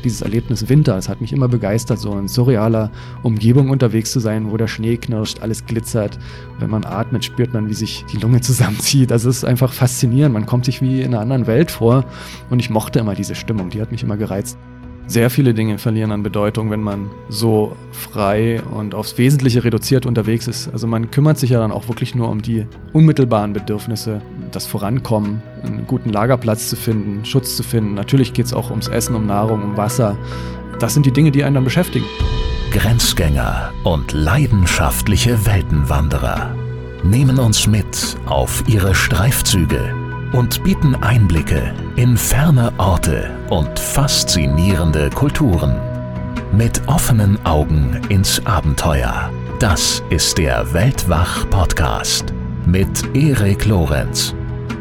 dieses Erlebnis Winter. Es hat mich immer begeistert, so in surrealer Umgebung unterwegs zu sein, wo der Schnee knirscht, alles glitzert. Wenn man atmet, spürt man, wie sich die Lunge zusammenzieht. Also es ist einfach faszinierend. Man kommt sich wie in einer anderen Welt vor. Und ich mochte immer diese Stimmung, die hat mich immer gereizt. Sehr viele Dinge verlieren an Bedeutung, wenn man so frei und aufs Wesentliche reduziert unterwegs ist. Also man kümmert sich ja dann auch wirklich nur um die unmittelbaren Bedürfnisse, das Vorankommen, einen guten Lagerplatz zu finden, Schutz zu finden. Natürlich geht es auch ums Essen, um Nahrung, um Wasser. Das sind die Dinge, die einen dann beschäftigen. Grenzgänger und leidenschaftliche Weltenwanderer nehmen uns mit auf ihre Streifzüge und bieten Einblicke in ferne Orte und faszinierende Kulturen. Mit offenen Augen ins Abenteuer. Das ist der Weltwach-Podcast mit Erik Lorenz.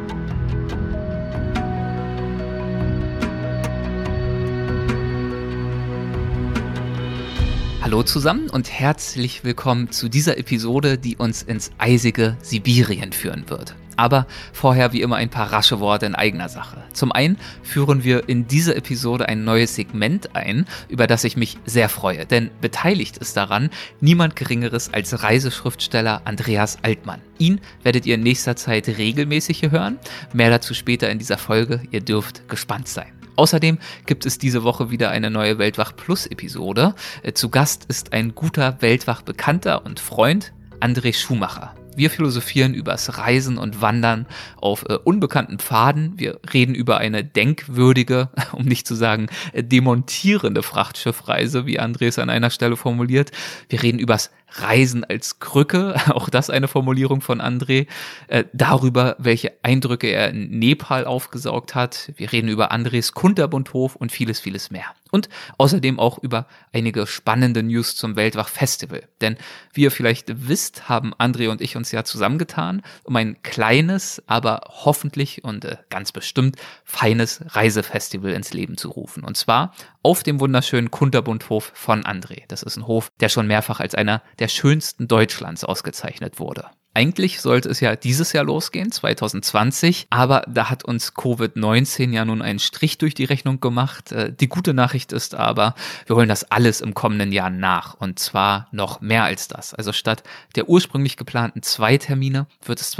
Hallo zusammen und herzlich willkommen zu dieser Episode, die uns ins eisige Sibirien führen wird. Aber vorher wie immer ein paar rasche Worte in eigener Sache. Zum einen führen wir in dieser Episode ein neues Segment ein, über das ich mich sehr freue, denn beteiligt ist daran niemand Geringeres als Reiseschriftsteller Andreas Altmann. Ihn werdet ihr in nächster Zeit regelmäßig hier hören, mehr dazu später in dieser Folge, ihr dürft gespannt sein. Außerdem gibt es diese Woche wieder eine neue Weltwach-Plus-Episode. Zu Gast ist ein guter Weltwach-Bekannter und Freund, André Schumacher. Wir philosophieren übers Reisen und Wandern auf unbekannten Pfaden. Wir reden über eine denkwürdige, um nicht zu sagen demontierende Frachtschiffreise, wie André es an einer Stelle formuliert. Wir reden übers Reisen als Krücke, auch das eine Formulierung von André, darüber, welche Eindrücke er in Nepal aufgesaugt hat. Wir reden über Andrés Kunterbundhof und vieles, vieles mehr. Und außerdem auch über einige spannende News zum Weltwach-Festival. Denn wie ihr vielleicht wisst, haben André und ich uns ja zusammengetan, um ein kleines, aber hoffentlich und ganz bestimmt feines Reisefestival ins Leben zu rufen. Und zwar auf dem wunderschönen Kunterbundhof von André. Das ist ein Hof, der schon mehrfach als einer der schönsten Deutschlands ausgezeichnet wurde. Eigentlich sollte es ja dieses Jahr losgehen, 2020, aber da hat uns Covid-19 ja nun einen Strich durch die Rechnung gemacht. Die gute Nachricht ist aber, wir holen das alles im kommenden Jahr nach und zwar noch mehr als das. Also statt der ursprünglich geplanten 2 Termine wird es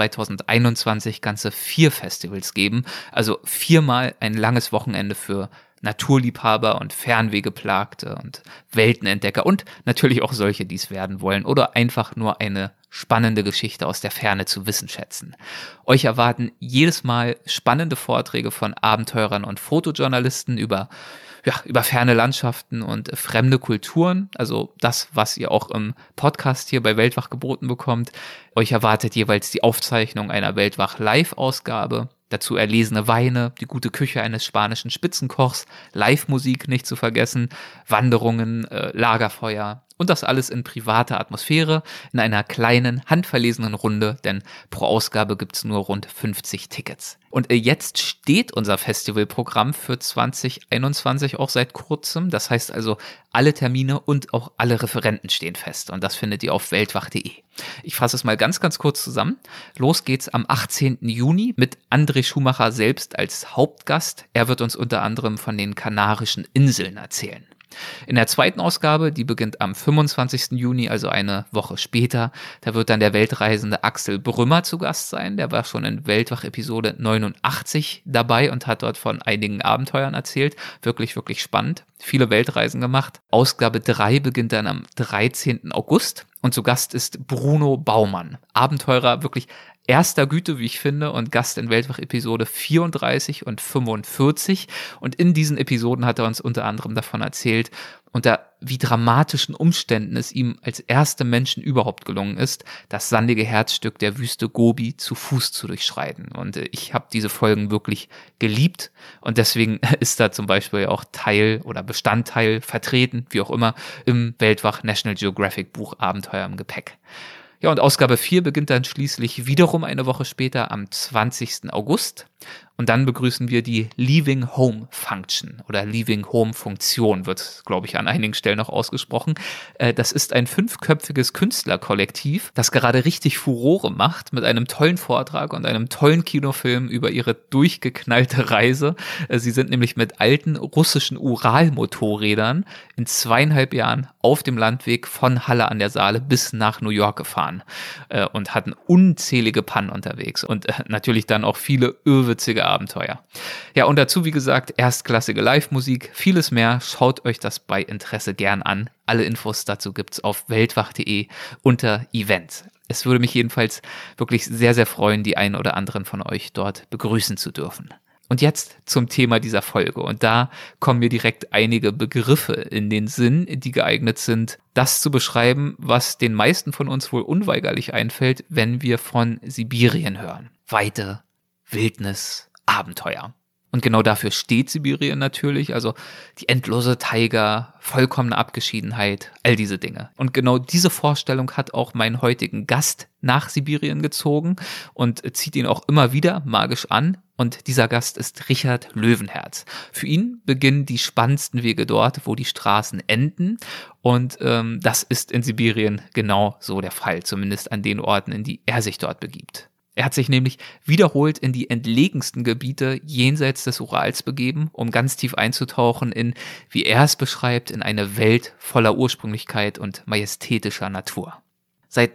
2021 ganze 4 Festivals geben, also 4-mal ein langes Wochenende für Naturliebhaber und Fernwehgeplagte und Weltenentdecker und natürlich auch solche, die es werden wollen oder einfach nur eine spannende Geschichte aus der Ferne zu wissen schätzen. Euch erwarten jedes Mal spannende Vorträge von Abenteurern und Fotojournalisten über ferne Landschaften und fremde Kulturen, also das, was ihr auch im Podcast hier bei Weltwach geboten bekommt. Euch erwartet jeweils die Aufzeichnung einer Weltwach-Live-Ausgabe, dazu erlesene Weine, die gute Küche eines spanischen Spitzenkochs, Live-Musik nicht zu vergessen, Wanderungen, Lagerfeuer und das alles in privater Atmosphäre, in einer kleinen, handverlesenen Runde, denn pro Ausgabe gibt's nur rund 50 Tickets. Und jetzt steht unser Festivalprogramm für 2021 auch seit kurzem. Das heißt also, alle Termine und auch alle Referenten stehen fest. Und das findet ihr auf weltwach.de. Ich fasse es mal ganz, ganz kurz zusammen. Los geht's am 18. Juni mit André Schumacher selbst als Hauptgast. Er wird uns unter anderem von den Kanarischen Inseln erzählen. In der zweiten Ausgabe, die beginnt am 25. Juni, also eine Woche später, da wird dann der Weltreisende Axel Brümmer zu Gast sein. Der war schon in Weltwach-Episode 89 dabei und hat dort von einigen Abenteuern erzählt. Wirklich, wirklich spannend. Viele Weltreisen gemacht. Ausgabe 3 beginnt dann am 13. August und zu Gast ist Bruno Baumann. Abenteurer, wirklich erster Güte, wie ich finde, und Gast in Weltwach-Episode 34 und 45. Und in diesen Episoden hat er uns unter anderem davon erzählt, unter wie dramatischen Umständen es ihm als erstem Menschen überhaupt gelungen ist, das sandige Herzstück der Wüste Gobi zu Fuß zu durchschreiten. Und ich habe diese Folgen wirklich geliebt und deswegen ist da zum Beispiel auch Teil oder Bestandteil vertreten, wie auch immer, im Weltwach National Geographic Buch Abenteuer im Gepäck. Ja, und Ausgabe 4 beginnt dann schließlich wiederum eine Woche später am 20. August. Und dann begrüßen wir die Leaving Home Function oder Leaving Home Funktion, wird, glaube ich, an einigen Stellen noch ausgesprochen. Das ist ein 5-köpfiges Künstlerkollektiv, das gerade richtig Furore macht mit einem tollen Vortrag und einem tollen Kinofilm über ihre durchgeknallte Reise. Sie sind nämlich mit alten russischen Ural-Motorrädern in 2,5 Jahren auf dem Landweg von Halle an der Saale bis nach New York gefahren und hatten unzählige Pannen unterwegs und natürlich dann auch viele irrwitzige Abenteuer. Ja, und dazu, wie gesagt, erstklassige Live-Musik, vieles mehr. Schaut euch das bei Interesse gern an. Alle Infos dazu gibt's auf weltwach.de unter Events. Es würde mich jedenfalls wirklich sehr, sehr freuen, die einen oder anderen von euch dort begrüßen zu dürfen. Und jetzt zum Thema dieser Folge. Und da kommen mir direkt einige Begriffe in den Sinn, die geeignet sind, das zu beschreiben, was den meisten von uns wohl unweigerlich einfällt, wenn wir von Sibirien hören. Weite, Wildnis, Abenteuer. Und genau dafür steht Sibirien natürlich, also die endlose Taiga, vollkommene Abgeschiedenheit, all diese Dinge. Und genau diese Vorstellung hat auch meinen heutigen Gast nach Sibirien gezogen und zieht ihn auch immer wieder magisch an. Und dieser Gast ist Richard Löwenherz. Für ihn beginnen die spannendsten Wege dort, wo die Straßen enden. Und das ist in Sibirien genau so der Fall, zumindest an den Orten, in die er sich dort begibt. Er hat sich nämlich wiederholt in die entlegensten Gebiete jenseits des Urals begeben, um ganz tief einzutauchen in, wie er es beschreibt, in eine Welt voller Ursprünglichkeit und majestätischer Natur. Seit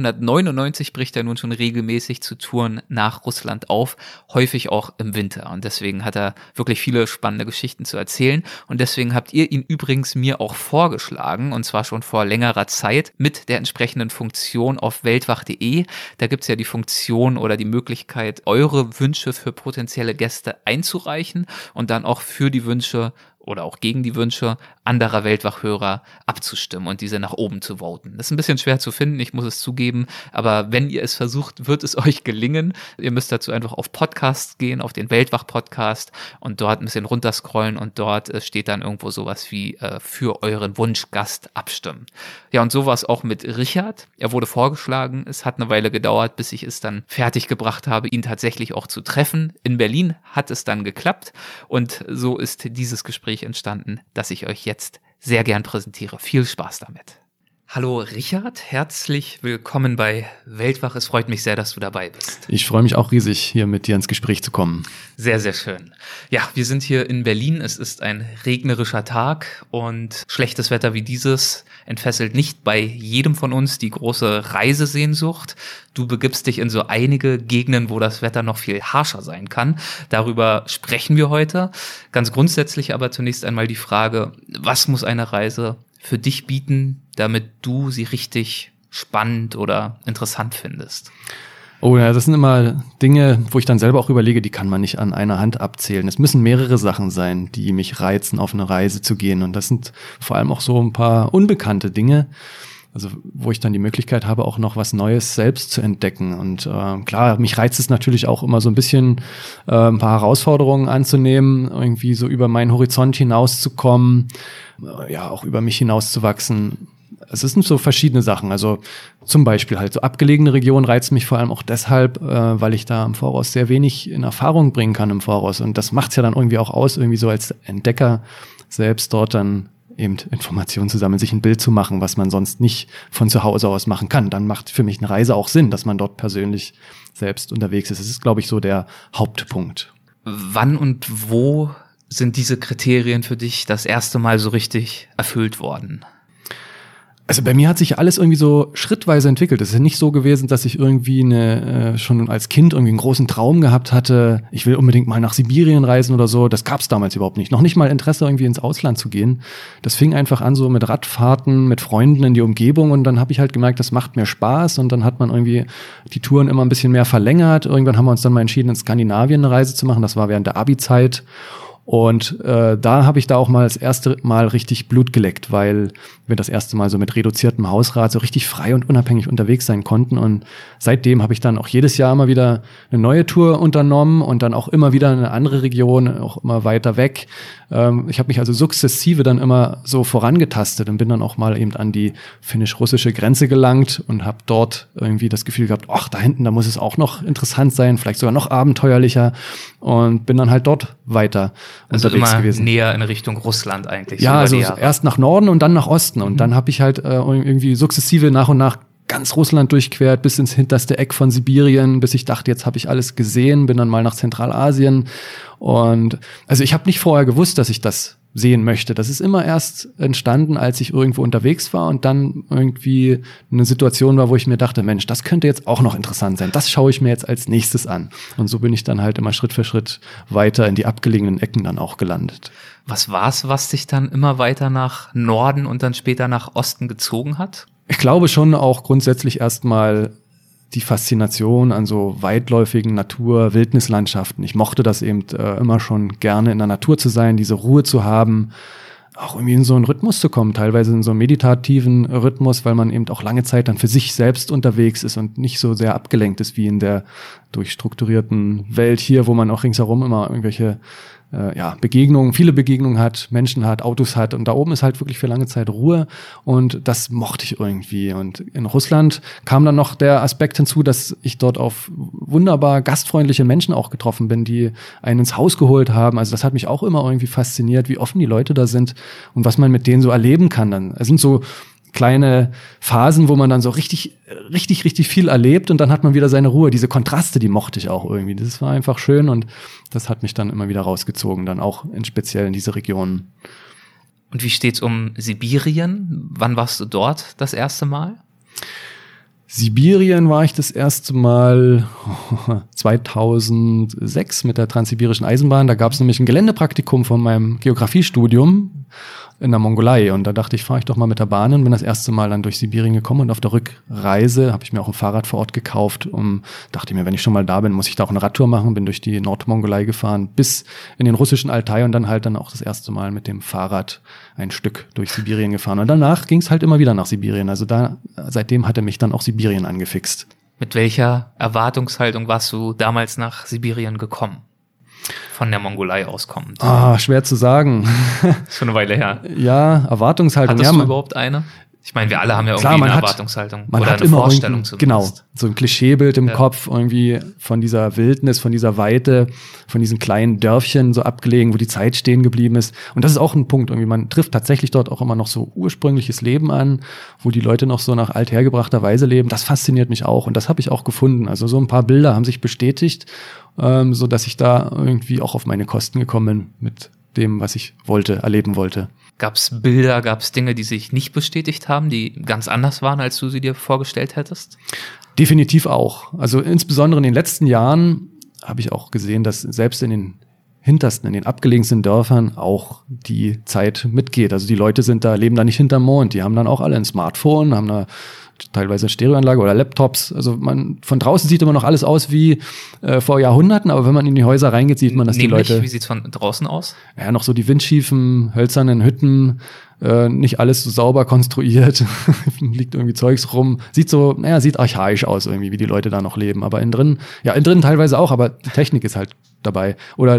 1999 bricht er nun schon regelmäßig zu Touren nach Russland auf, häufig auch im Winter. Und deswegen hat er wirklich viele spannende Geschichten zu erzählen. Und deswegen habt ihr ihn übrigens mir auch vorgeschlagen, und zwar schon vor längerer Zeit, mit der entsprechenden Funktion auf weltwach.de. Da gibt's ja die Funktion oder die Möglichkeit, eure Wünsche für potenzielle Gäste einzureichen und dann auch für die Wünsche oder auch gegen die Wünsche anderer Weltwachhörer abzustimmen und diese nach oben zu voten. Das ist ein bisschen schwer zu finden, ich muss es zugeben, aber wenn ihr es versucht, wird es euch gelingen. Ihr müsst dazu einfach auf Podcasts gehen, auf den Weltwach-Podcast und dort ein bisschen runterscrollen und dort steht dann irgendwo sowas wie für euren Wunschgast abstimmen. Ja, und so war es auch mit Richard. Er wurde vorgeschlagen, es hat eine Weile gedauert, bis ich es dann fertig gebracht habe, ihn tatsächlich auch zu treffen. In Berlin hat es dann geklappt und so ist dieses Gespräch entstanden, das ich euch jetzt sehr gern präsentiere. Viel Spaß damit. Hallo Richard, herzlich willkommen bei Weltwach. Es freut mich sehr, dass du dabei bist. Ich freue mich auch riesig, hier mit dir ins Gespräch zu kommen. Sehr, sehr schön. Ja, wir sind hier in Berlin. Es ist ein regnerischer Tag und schlechtes Wetter wie dieses entfesselt nicht bei jedem von uns die große Reisesehnsucht. Du begibst dich in so einige Gegenden, wo das Wetter noch viel harscher sein kann. Darüber sprechen wir heute. Ganz grundsätzlich aber zunächst einmal die Frage, was muss eine Reise für dich bieten, damit du sie richtig spannend oder interessant findest? Oh ja, das sind immer Dinge, wo ich dann selber auch überlege, die kann man nicht an einer Hand abzählen. Es müssen mehrere Sachen sein, die mich reizen, auf eine Reise zu gehen. Und das sind vor allem auch so ein paar unbekannte Dinge, also wo ich dann die Möglichkeit habe, auch noch was Neues selbst zu entdecken. Und klar, mich reizt es natürlich auch immer so ein bisschen, ein paar Herausforderungen anzunehmen, irgendwie so über meinen Horizont hinauszukommen, ja, auch über mich hinauszuwachsen. Es sind so verschiedene Sachen. Also zum Beispiel halt so abgelegene Regionen reizen mich vor allem auch deshalb, weil ich da im Voraus sehr wenig in Erfahrung bringen kann im Voraus. Und das macht's ja dann irgendwie auch aus, irgendwie so als Entdecker selbst dort dann eben Informationen zu sammeln, sich ein Bild zu machen, was man sonst nicht von zu Hause aus machen kann. Dann macht für mich eine Reise auch Sinn, dass man dort persönlich selbst unterwegs ist. Das ist, glaube ich, so der Hauptpunkt. Wann und wo sind diese Kriterien für dich das erste Mal so richtig erfüllt worden? Also bei mir hat sich alles irgendwie so schrittweise entwickelt. Es ist nicht so gewesen, dass ich irgendwie schon als Kind irgendwie einen großen Traum gehabt hatte, ich will unbedingt mal nach Sibirien reisen oder so. Das gab es damals überhaupt nicht. Noch nicht mal Interesse, irgendwie ins Ausland zu gehen. Das fing einfach an so mit Radfahrten, mit Freunden in die Umgebung und dann habe ich halt gemerkt, das macht mir Spaß und dann hat man irgendwie die Touren immer ein bisschen mehr verlängert. Irgendwann haben wir uns dann mal entschieden, in Skandinavien eine Reise zu machen. Das war während der Abi-Zeit. Und da habe ich da auch mal das erste Mal richtig Blut geleckt, weil wir das erste Mal so mit reduziertem Hausrat so richtig frei und unabhängig unterwegs sein konnten. Und seitdem habe ich dann auch jedes Jahr immer wieder eine neue Tour unternommen und dann auch immer wieder in eine andere Region, auch immer weiter weg. Ich habe mich also sukzessive dann immer so vorangetastet und bin dann auch mal eben an die finnisch-russische Grenze gelangt und habe dort irgendwie das Gefühl gehabt, ach, da hinten, da muss es auch noch interessant sein, vielleicht sogar noch abenteuerlicher, und bin dann halt dort weiter unterwegs immer gewesen. Näher in Richtung Russland eigentlich. Ja, also erst nach Norden und dann nach Osten. Und dann habe ich halt irgendwie sukzessive nach und nach ganz Russland durchquert, bis ins hinterste Eck von Sibirien, bis ich dachte, jetzt habe ich alles gesehen, bin dann mal nach Zentralasien. Und also ich habe nicht vorher gewusst, dass ich das sehen möchte. Das ist immer erst entstanden, als ich irgendwo unterwegs war und dann irgendwie eine Situation war, wo ich mir dachte, Mensch, das könnte jetzt auch noch interessant sein. Das schaue ich mir jetzt als nächstes an. Und so bin ich dann halt immer Schritt für Schritt weiter in die abgelegenen Ecken dann auch gelandet. Was war's, was dich dann immer weiter nach Norden und dann später nach Osten gezogen hat? Ich glaube schon auch grundsätzlich erstmal die Faszination an so weitläufigen Natur-Wildnislandschaften. Ich mochte das eben immer schon gerne, in der Natur zu sein, diese Ruhe zu haben, auch irgendwie in so einen Rhythmus zu kommen, teilweise in so einen meditativen Rhythmus, weil man eben auch lange Zeit dann für sich selbst unterwegs ist und nicht so sehr abgelenkt ist wie in der durchstrukturierten Welt hier, wo man auch ringsherum immer irgendwelche Begegnungen, viele Begegnungen hat, Menschen hat, Autos hat, und da oben ist halt wirklich für lange Zeit Ruhe, und das mochte ich irgendwie. Und in Russland kam dann noch der Aspekt hinzu, dass ich dort auf wunderbar gastfreundliche Menschen auch getroffen bin, die einen ins Haus geholt haben. Also das hat mich auch immer irgendwie fasziniert, wie offen die Leute da sind und was man mit denen so erleben kann dann. Es sind so kleine Phasen, wo man dann so richtig viel erlebt, und dann hat man wieder seine Ruhe. Diese Kontraste, die mochte ich auch irgendwie. Das war einfach schön, und das hat mich dann immer wieder rausgezogen, dann auch speziell in diese Regionen. Und wie steht's um Sibirien? Wann warst du dort das erste Mal? Sibirien war ich das erste Mal 2006 mit der Transsibirischen Eisenbahn. Da gab es nämlich ein Geländepraktikum von meinem Geografiestudium in der Mongolei, und da dachte ich, fahre ich doch mal mit der Bahn und bin das erste Mal dann durch Sibirien gekommen, und auf der Rückreise habe ich mir auch ein Fahrrad vor Ort gekauft, dachte mir, wenn ich schon mal da bin, muss ich da auch eine Radtour machen, bin durch die Nordmongolei gefahren bis in den russischen Altai und dann halt dann auch das erste Mal mit dem Fahrrad ein Stück durch Sibirien gefahren, und danach ging es halt immer wieder nach Sibirien, also seitdem hatte mich dann auch Sibirien angefixt. Mit welcher Erwartungshaltung warst du damals nach Sibirien gekommen? Von der Mongolei auskommend. Schwer zu sagen. Schon eine Weile her. Ja, Erwartungshaltung. Hattest du überhaupt eine? Ich meine, wir alle haben ja irgendwie eine Erwartungshaltung. Man oder hat eine immer Vorstellung zumindest. Genau, so ein Klischeebild im Kopf irgendwie von dieser Wildnis, von dieser Weite, von diesen kleinen Dörfchen so abgelegen, wo die Zeit stehen geblieben ist. Und das ist auch ein Punkt, irgendwie man trifft tatsächlich dort auch immer noch so ursprüngliches Leben an, wo die Leute noch so nach althergebrachter Weise leben. Das fasziniert mich auch, und das habe ich auch gefunden. Also so ein paar Bilder haben sich bestätigt, so dass ich da irgendwie auch auf meine Kosten gekommen bin mit dem, was ich erleben wollte. Gab's Bilder, gab's Dinge, die sich nicht bestätigt haben, die ganz anders waren, als du sie dir vorgestellt hättest? Definitiv auch. Also insbesondere in den letzten Jahren habe ich auch gesehen, dass selbst in den hintersten, in den abgelegensten Dörfern auch die Zeit mitgeht. Also die Leute leben da nicht hinterm Mond. Die haben dann auch alle ein Smartphone, haben da teilweise eine Stereoanlage oder Laptops. Also von draußen sieht immer noch alles aus wie vor Jahrhunderten, aber wenn man in die Häuser reingeht, sieht man, dass die Leute... Wie sieht's von draußen aus? Ja, noch so die windschiefen, hölzernen Hütten, nicht alles so sauber konstruiert, liegt irgendwie Zeugs rum. Sieht archaisch aus irgendwie, wie die Leute da noch leben. Aber innen drin teilweise auch, aber die Technik ist halt dabei. Oder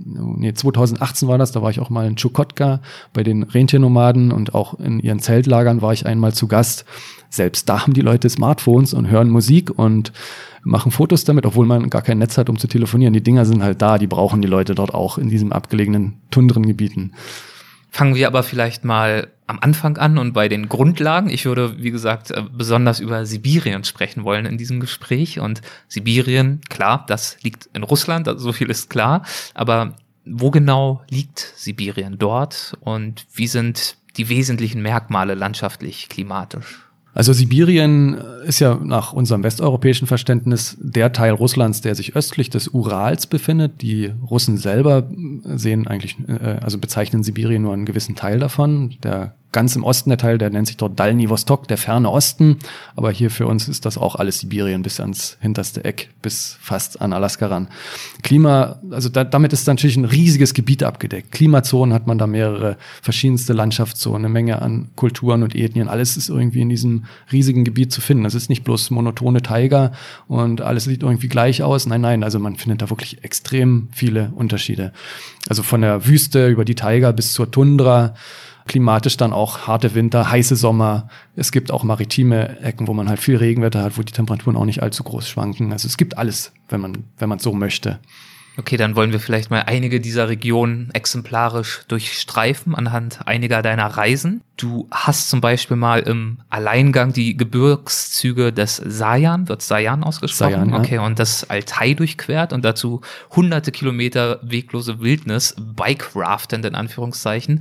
2018 war das, da war ich auch mal in Tschukotka bei den Rentiernomaden, und auch in ihren Zeltlagern war ich einmal zu Gast. Selbst da haben die Leute Smartphones und hören Musik und machen Fotos damit, obwohl man gar kein Netz hat, um zu telefonieren. Die Dinger sind halt da, die brauchen die Leute dort auch in diesen abgelegenen Tundrengebieten. Fangen wir aber vielleicht mal am Anfang an und bei den Grundlagen. Ich würde, wie gesagt, besonders über Sibirien sprechen wollen in diesem Gespräch. Und Sibirien, klar, das liegt in Russland, also so viel ist klar. Aber wo genau liegt Sibirien dort, und wie sind die wesentlichen Merkmale landschaftlich, klimatisch? Also Sibirien ist ja nach unserem westeuropäischen Verständnis der Teil Russlands, der sich östlich des Urals befindet. Die Russen selber bezeichnen Sibirien nur einen gewissen Teil davon. Der ganz im Osten der Teil, der nennt sich dort Dalny Vostok, der ferne Osten. Aber hier für uns ist das auch alles Sibirien bis ans hinterste Eck, bis fast an Alaska ran. Klima, also damit ist natürlich ein riesiges Gebiet abgedeckt. Klimazonen hat man da mehrere, verschiedenste Landschaftszonen, eine Menge an Kulturen und Ethnien. Alles ist irgendwie in diesem riesigen Gebiet zu finden. Das ist nicht bloß monotone Taiga und alles sieht irgendwie gleich aus. Nein, also man findet da wirklich extrem viele Unterschiede. Also von der Wüste über die Taiga bis zur Tundra, klimatisch dann auch harte Winter, heiße Sommer. Es gibt auch maritime Ecken, wo man halt viel Regenwetter hat, wo die Temperaturen auch nicht allzu groß schwanken. Also es gibt alles, wenn man so möchte. Okay, dann wollen wir vielleicht mal einige dieser Regionen exemplarisch durchstreifen anhand einiger deiner Reisen. Du hast zum Beispiel mal im Alleingang die Gebirgszüge des Sayan, wird Sayan ausgesprochen? Sayan, ja. Okay, und das Altai durchquert und dazu hunderte Kilometer weglose Wildnis, Bike-Raftend in Anführungszeichen,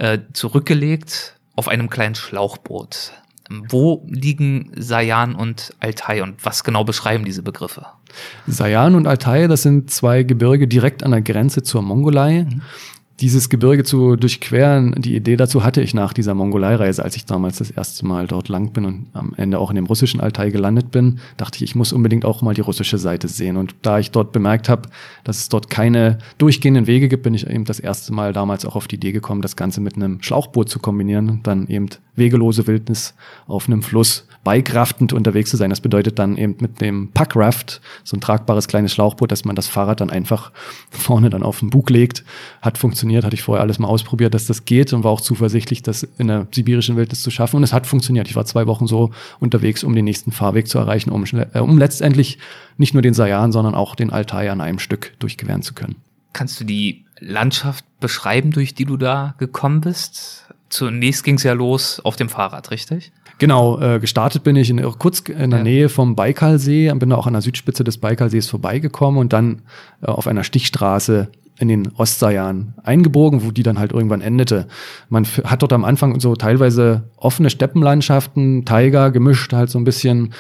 zurückgelegt auf einem kleinen Schlauchboot. Wo liegen Sayan und Altai und was genau beschreiben diese Begriffe? Sayan und Altai, das sind zwei Gebirge direkt an der Grenze zur Mongolei. Dieses Gebirge zu durchqueren, die Idee dazu hatte ich nach dieser Mongolei-Reise, als ich damals das erste Mal dort lang bin und am Ende auch in dem russischen Altai gelandet bin, dachte ich muss unbedingt auch mal die russische Seite sehen. Und da ich dort bemerkt habe, dass es dort keine durchgehenden Wege gibt, bin ich eben das erste Mal damals auch auf die Idee gekommen, das Ganze mit einem Schlauchboot zu kombinieren und dann eben wegelose Wildnis auf einem Fluss bike-raftend unterwegs zu sein. Das bedeutet dann eben mit dem Packraft, so ein tragbares kleines Schlauchboot, dass man das Fahrrad dann einfach vorne dann auf den Bug legt. Hat funktioniert, hatte ich vorher alles mal ausprobiert, dass das geht und war auch zuversichtlich, das in der sibirischen Wildnis zu schaffen. Und es hat funktioniert. Ich war 2 Wochen so unterwegs, um den nächsten Fahrweg zu erreichen, um letztendlich nicht nur den Sayan, sondern auch den Altai an einem Stück durchqueren zu können. Kannst du die Landschaft beschreiben, durch die du da gekommen bist? Zunächst ging es ja los auf dem Fahrrad, richtig? Genau, gestartet bin ich in Irkutsk in der Nähe vom Baikalsee, bin da auch an der Südspitze des Baikalsees vorbeigekommen und dann auf einer Stichstraße in den Ostsayan eingebogen, wo die dann halt irgendwann endete. Man hat dort am Anfang so teilweise offene Steppenlandschaften, Taiga gemischt, halt so ein bisschen.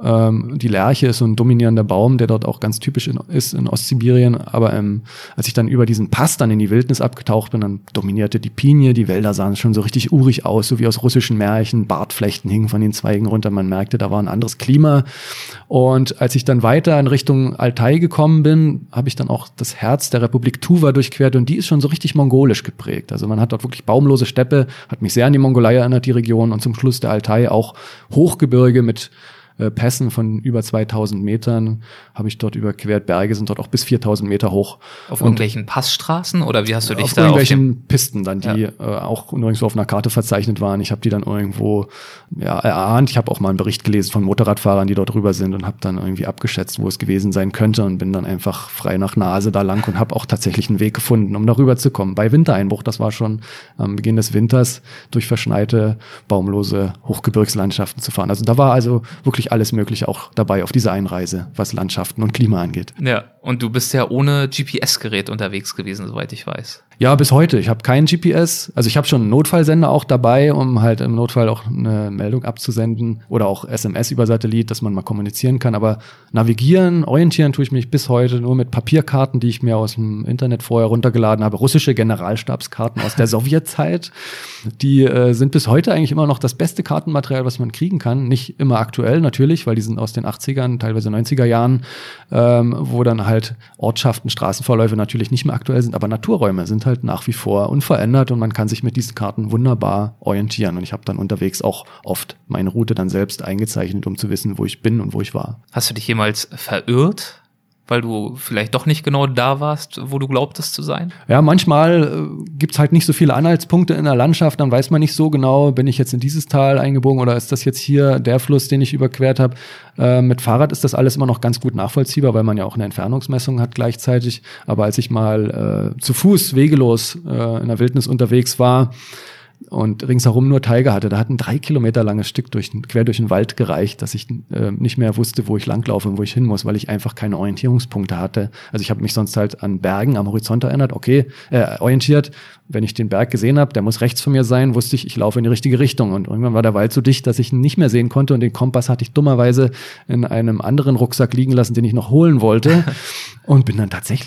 Die Lärche ist so ein dominierender Baum, der dort auch ganz typisch ist in Ostsibirien. Aber als ich dann über diesen Pass dann in die Wildnis abgetaucht bin, dann dominierte die Pinie. Die Wälder sahen schon so richtig urig aus, so wie aus russischen Märchen. Bartflechten hingen von den Zweigen runter. Man merkte, da war ein anderes Klima. Und als ich dann weiter in Richtung Altai gekommen bin, habe ich dann auch das Herz der Republik Tuva durchquert. Und die ist schon so richtig mongolisch geprägt. Also man hat dort wirklich baumlose Steppe, hat mich sehr an die Mongolei erinnert, die Region. Und zum Schluss der Altai auch Hochgebirge mit Pässen von über 2000 Metern habe ich dort überquert. Berge sind dort auch bis 4000 Meter hoch. Auf irgendwelchen Passstraßen oder wie hast du dich auf da irgendwelchen Pisten dann, die auch nirgendwo auf einer Karte verzeichnet waren. Ich habe die dann irgendwo erahnt. Ich habe auch mal einen Bericht gelesen von Motorradfahrern, die dort rüber sind und habe dann irgendwie abgeschätzt, wo es gewesen sein könnte und bin dann einfach frei nach Nase da lang und habe auch tatsächlich einen Weg gefunden, um da rüber zu kommen. Bei Wintereinbruch, das war schon am Beginn des Winters, durch verschneite, baumlose Hochgebirgslandschaften zu fahren. Also da war also wirklich alles Mögliche auch dabei auf dieser Einreise, was Landschaften und Klima angeht. Ja, und du bist ja ohne GPS-Gerät unterwegs gewesen, soweit ich weiß. Ja, bis heute. Ich habe kein GPS. Also ich habe schon einen Notfallsender auch dabei, um halt im Notfall auch eine Meldung abzusenden oder auch SMS über Satellit, dass man mal kommunizieren kann. Aber navigieren, orientieren tue ich mich bis heute nur mit Papierkarten, die ich mir aus dem Internet vorher runtergeladen habe. Russische Generalstabskarten aus der Sowjetzeit. Die sind bis heute eigentlich immer noch das beste Kartenmaterial, was man kriegen kann. Nicht immer aktuell natürlich, weil die sind aus den 80ern, teilweise 90er Jahren, wo dann halt Ortschaften, Straßenverläufe natürlich nicht mehr aktuell sind, aber Naturräume sind halt nach wie vor unverändert und man kann sich mit diesen Karten wunderbar orientieren. Und ich habe dann unterwegs auch oft meine Route dann selbst eingezeichnet, um zu wissen, wo ich bin und wo ich war. Hast du dich jemals verirrt, weil du vielleicht doch nicht genau da warst, wo du glaubtest zu sein? Ja, manchmal gibt's halt nicht so viele Anhaltspunkte in der Landschaft, dann weiß man nicht so genau, bin ich jetzt in dieses Tal eingebogen oder ist das jetzt hier der Fluss, den ich überquert habe. Mit Fahrrad ist das alles immer noch ganz gut nachvollziehbar, weil man ja auch eine Entfernungsmessung hat gleichzeitig. Aber als ich mal zu Fuß wegelos in der Wildnis unterwegs war, und ringsherum nur Taiga hatte. Da hat ein 3 Kilometer langes Stück quer durch den Wald gereicht, dass ich nicht mehr wusste, wo ich langlaufe und wo ich hin muss, weil ich einfach keine Orientierungspunkte hatte. Also ich habe mich sonst halt an Bergen am Horizont orientiert. Wenn ich den Berg gesehen habe, der muss rechts von mir sein, wusste ich laufe in die richtige Richtung. Und irgendwann war der Wald so dicht, dass ich ihn nicht mehr sehen konnte. Und den Kompass hatte ich dummerweise in einem anderen Rucksack liegen lassen, den ich noch holen wollte. Und bin dann tatsächlich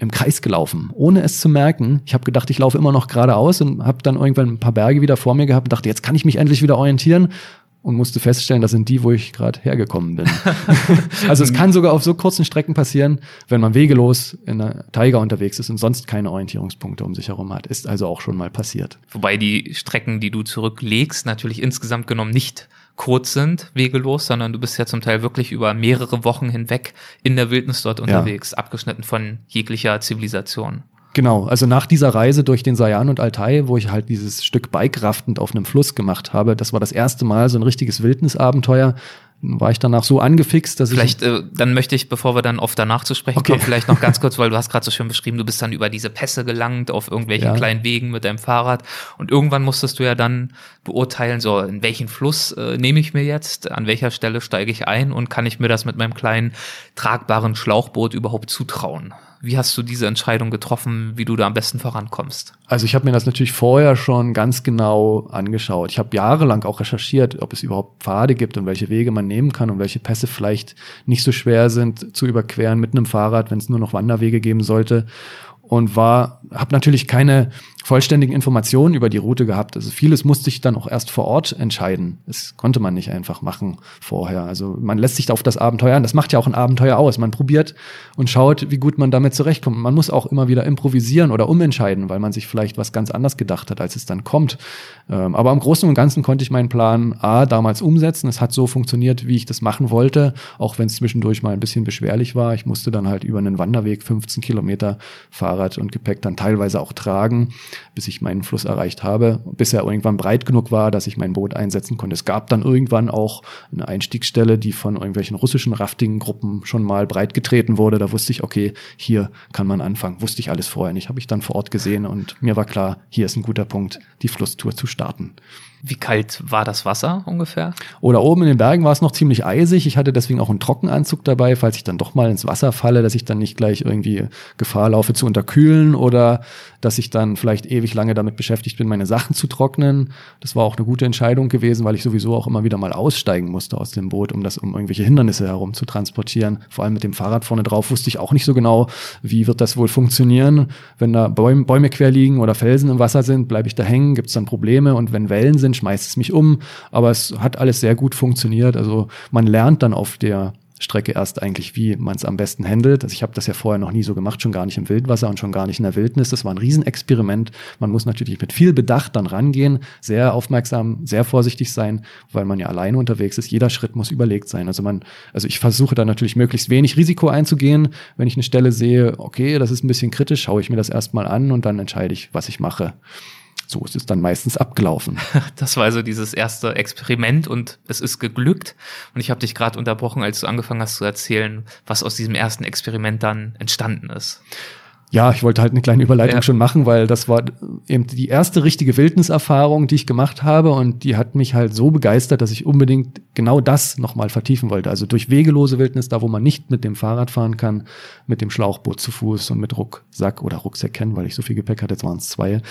im Kreis gelaufen, ohne es zu merken. Ich habe gedacht, ich laufe immer noch geradeaus und habe dann irgendwann ein paar Berge wieder vor mir gehabt und dachte, jetzt kann ich mich endlich wieder orientieren. Und musste feststellen, das sind die, wo ich gerade hergekommen bin. Also es kann sogar auf so kurzen Strecken passieren, wenn man wegelos in der Taiga unterwegs ist und sonst keine Orientierungspunkte um sich herum hat. Ist also auch schon mal passiert. Wobei die Strecken, die du zurücklegst, natürlich insgesamt genommen nicht kurz sind, wegelos, sondern du bist ja zum Teil wirklich über mehrere Wochen hinweg in der Wildnis dort unterwegs, abgeschnitten von jeglicher Zivilisation. Genau, also nach dieser Reise durch den Sayan und Altai, wo ich halt dieses Stück Bike-raftend auf einem Fluss gemacht habe, das war das erste Mal so ein richtiges Wildnisabenteuer, war ich danach so angefixt, dass dann möchte ich, bevor wir dann auf danach zu sprechen kommen, vielleicht noch ganz kurz, weil du hast gerade so schön beschrieben, du bist dann über diese Pässe gelangt, auf irgendwelchen kleinen Wegen mit deinem Fahrrad und irgendwann musstest du ja dann beurteilen, so in welchen Fluss nehme ich mir jetzt, an welcher Stelle steige ich ein und kann ich mir das mit meinem kleinen tragbaren Schlauchboot überhaupt zutrauen? Wie hast du diese Entscheidung getroffen, wie du da am besten vorankommst? Also ich habe mir das natürlich vorher schon ganz genau angeschaut. Ich habe jahrelang auch recherchiert, ob es überhaupt Pfade gibt und welche Wege man nehmen kann und welche Pässe vielleicht nicht so schwer sind zu überqueren mit einem Fahrrad, wenn es nur noch Wanderwege geben sollte. Und habe natürlich keine vollständigen Informationen über die Route gehabt. Also vieles musste ich dann auch erst vor Ort entscheiden. Das konnte man nicht einfach machen vorher. Also man lässt sich auf das Abenteuer an. Das macht ja auch ein Abenteuer aus. Man probiert und schaut, wie gut man damit zurechtkommt. Man muss auch immer wieder improvisieren oder umentscheiden, weil man sich vielleicht was ganz anderes gedacht hat, als es dann kommt. Aber im Großen und Ganzen konnte ich meinen Plan damals umsetzen. Es hat so funktioniert, wie ich das machen wollte, auch wenn es zwischendurch mal ein bisschen beschwerlich war. Ich musste dann halt über einen Wanderweg 15 Kilometer Fahrrad und Gepäck dann teilweise auch tragen, bis ich meinen Fluss erreicht habe, bis er irgendwann breit genug war, dass ich mein Boot einsetzen konnte. Es gab dann irgendwann auch eine Einstiegsstelle, die von irgendwelchen russischen Rafting-Gruppen schon mal breit getreten wurde. Da wusste ich, okay, hier kann man anfangen. Wusste ich alles vorher nicht. Habe ich dann vor Ort gesehen und mir war klar, hier ist ein guter Punkt, die Flusstour zu starten. Wie kalt war das Wasser ungefähr? Oder oben in den Bergen war es noch ziemlich eisig. Ich hatte deswegen auch einen Trockenanzug dabei, falls ich dann doch mal ins Wasser falle, dass ich dann nicht gleich irgendwie Gefahr laufe zu unterkühlen oder dass ich dann vielleicht ewig lange damit beschäftigt bin, meine Sachen zu trocknen. Das war auch eine gute Entscheidung gewesen, weil ich sowieso auch immer wieder mal aussteigen musste aus dem Boot, um irgendwelche Hindernisse herum zu transportieren. Vor allem mit dem Fahrrad vorne drauf wusste ich auch nicht so genau, wie wird das wohl funktionieren. Wenn da Bäume quer liegen oder Felsen im Wasser sind, bleibe ich da hängen, gibt es dann Probleme und wenn Wellen sind, schmeißt es mich um, aber es hat alles sehr gut funktioniert. Also man lernt dann auf der Strecke erst eigentlich, wie man es am besten handelt. Also ich habe das ja vorher noch nie so gemacht, schon gar nicht im Wildwasser und schon gar nicht in der Wildnis. Das war ein Riesenexperiment. Man muss natürlich mit viel Bedacht dann rangehen, sehr aufmerksam, sehr vorsichtig sein, weil man ja alleine unterwegs ist. Jeder Schritt muss überlegt sein. Also ich versuche da natürlich möglichst wenig Risiko einzugehen. Wenn ich eine Stelle sehe, okay, das ist ein bisschen kritisch, schaue ich mir das erstmal an und dann entscheide ich, was ich mache. So ist es dann meistens abgelaufen. Das war also dieses erste Experiment und es ist geglückt. Und ich habe dich gerade unterbrochen, als du angefangen hast zu erzählen, was aus diesem ersten Experiment dann entstanden ist. Ja, ich wollte halt eine kleine Überleitung schon machen, weil das war eben die erste richtige Wildniserfahrung, die ich gemacht habe und die hat mich halt so begeistert, dass ich unbedingt genau das nochmal vertiefen wollte. Also durch wegelose Wildnis, da wo man nicht mit dem Fahrrad fahren kann, mit dem Schlauchboot zu Fuß und mit Rucksack oder Rucksäcken, weil ich so viel Gepäck hatte, jetzt waren es 2,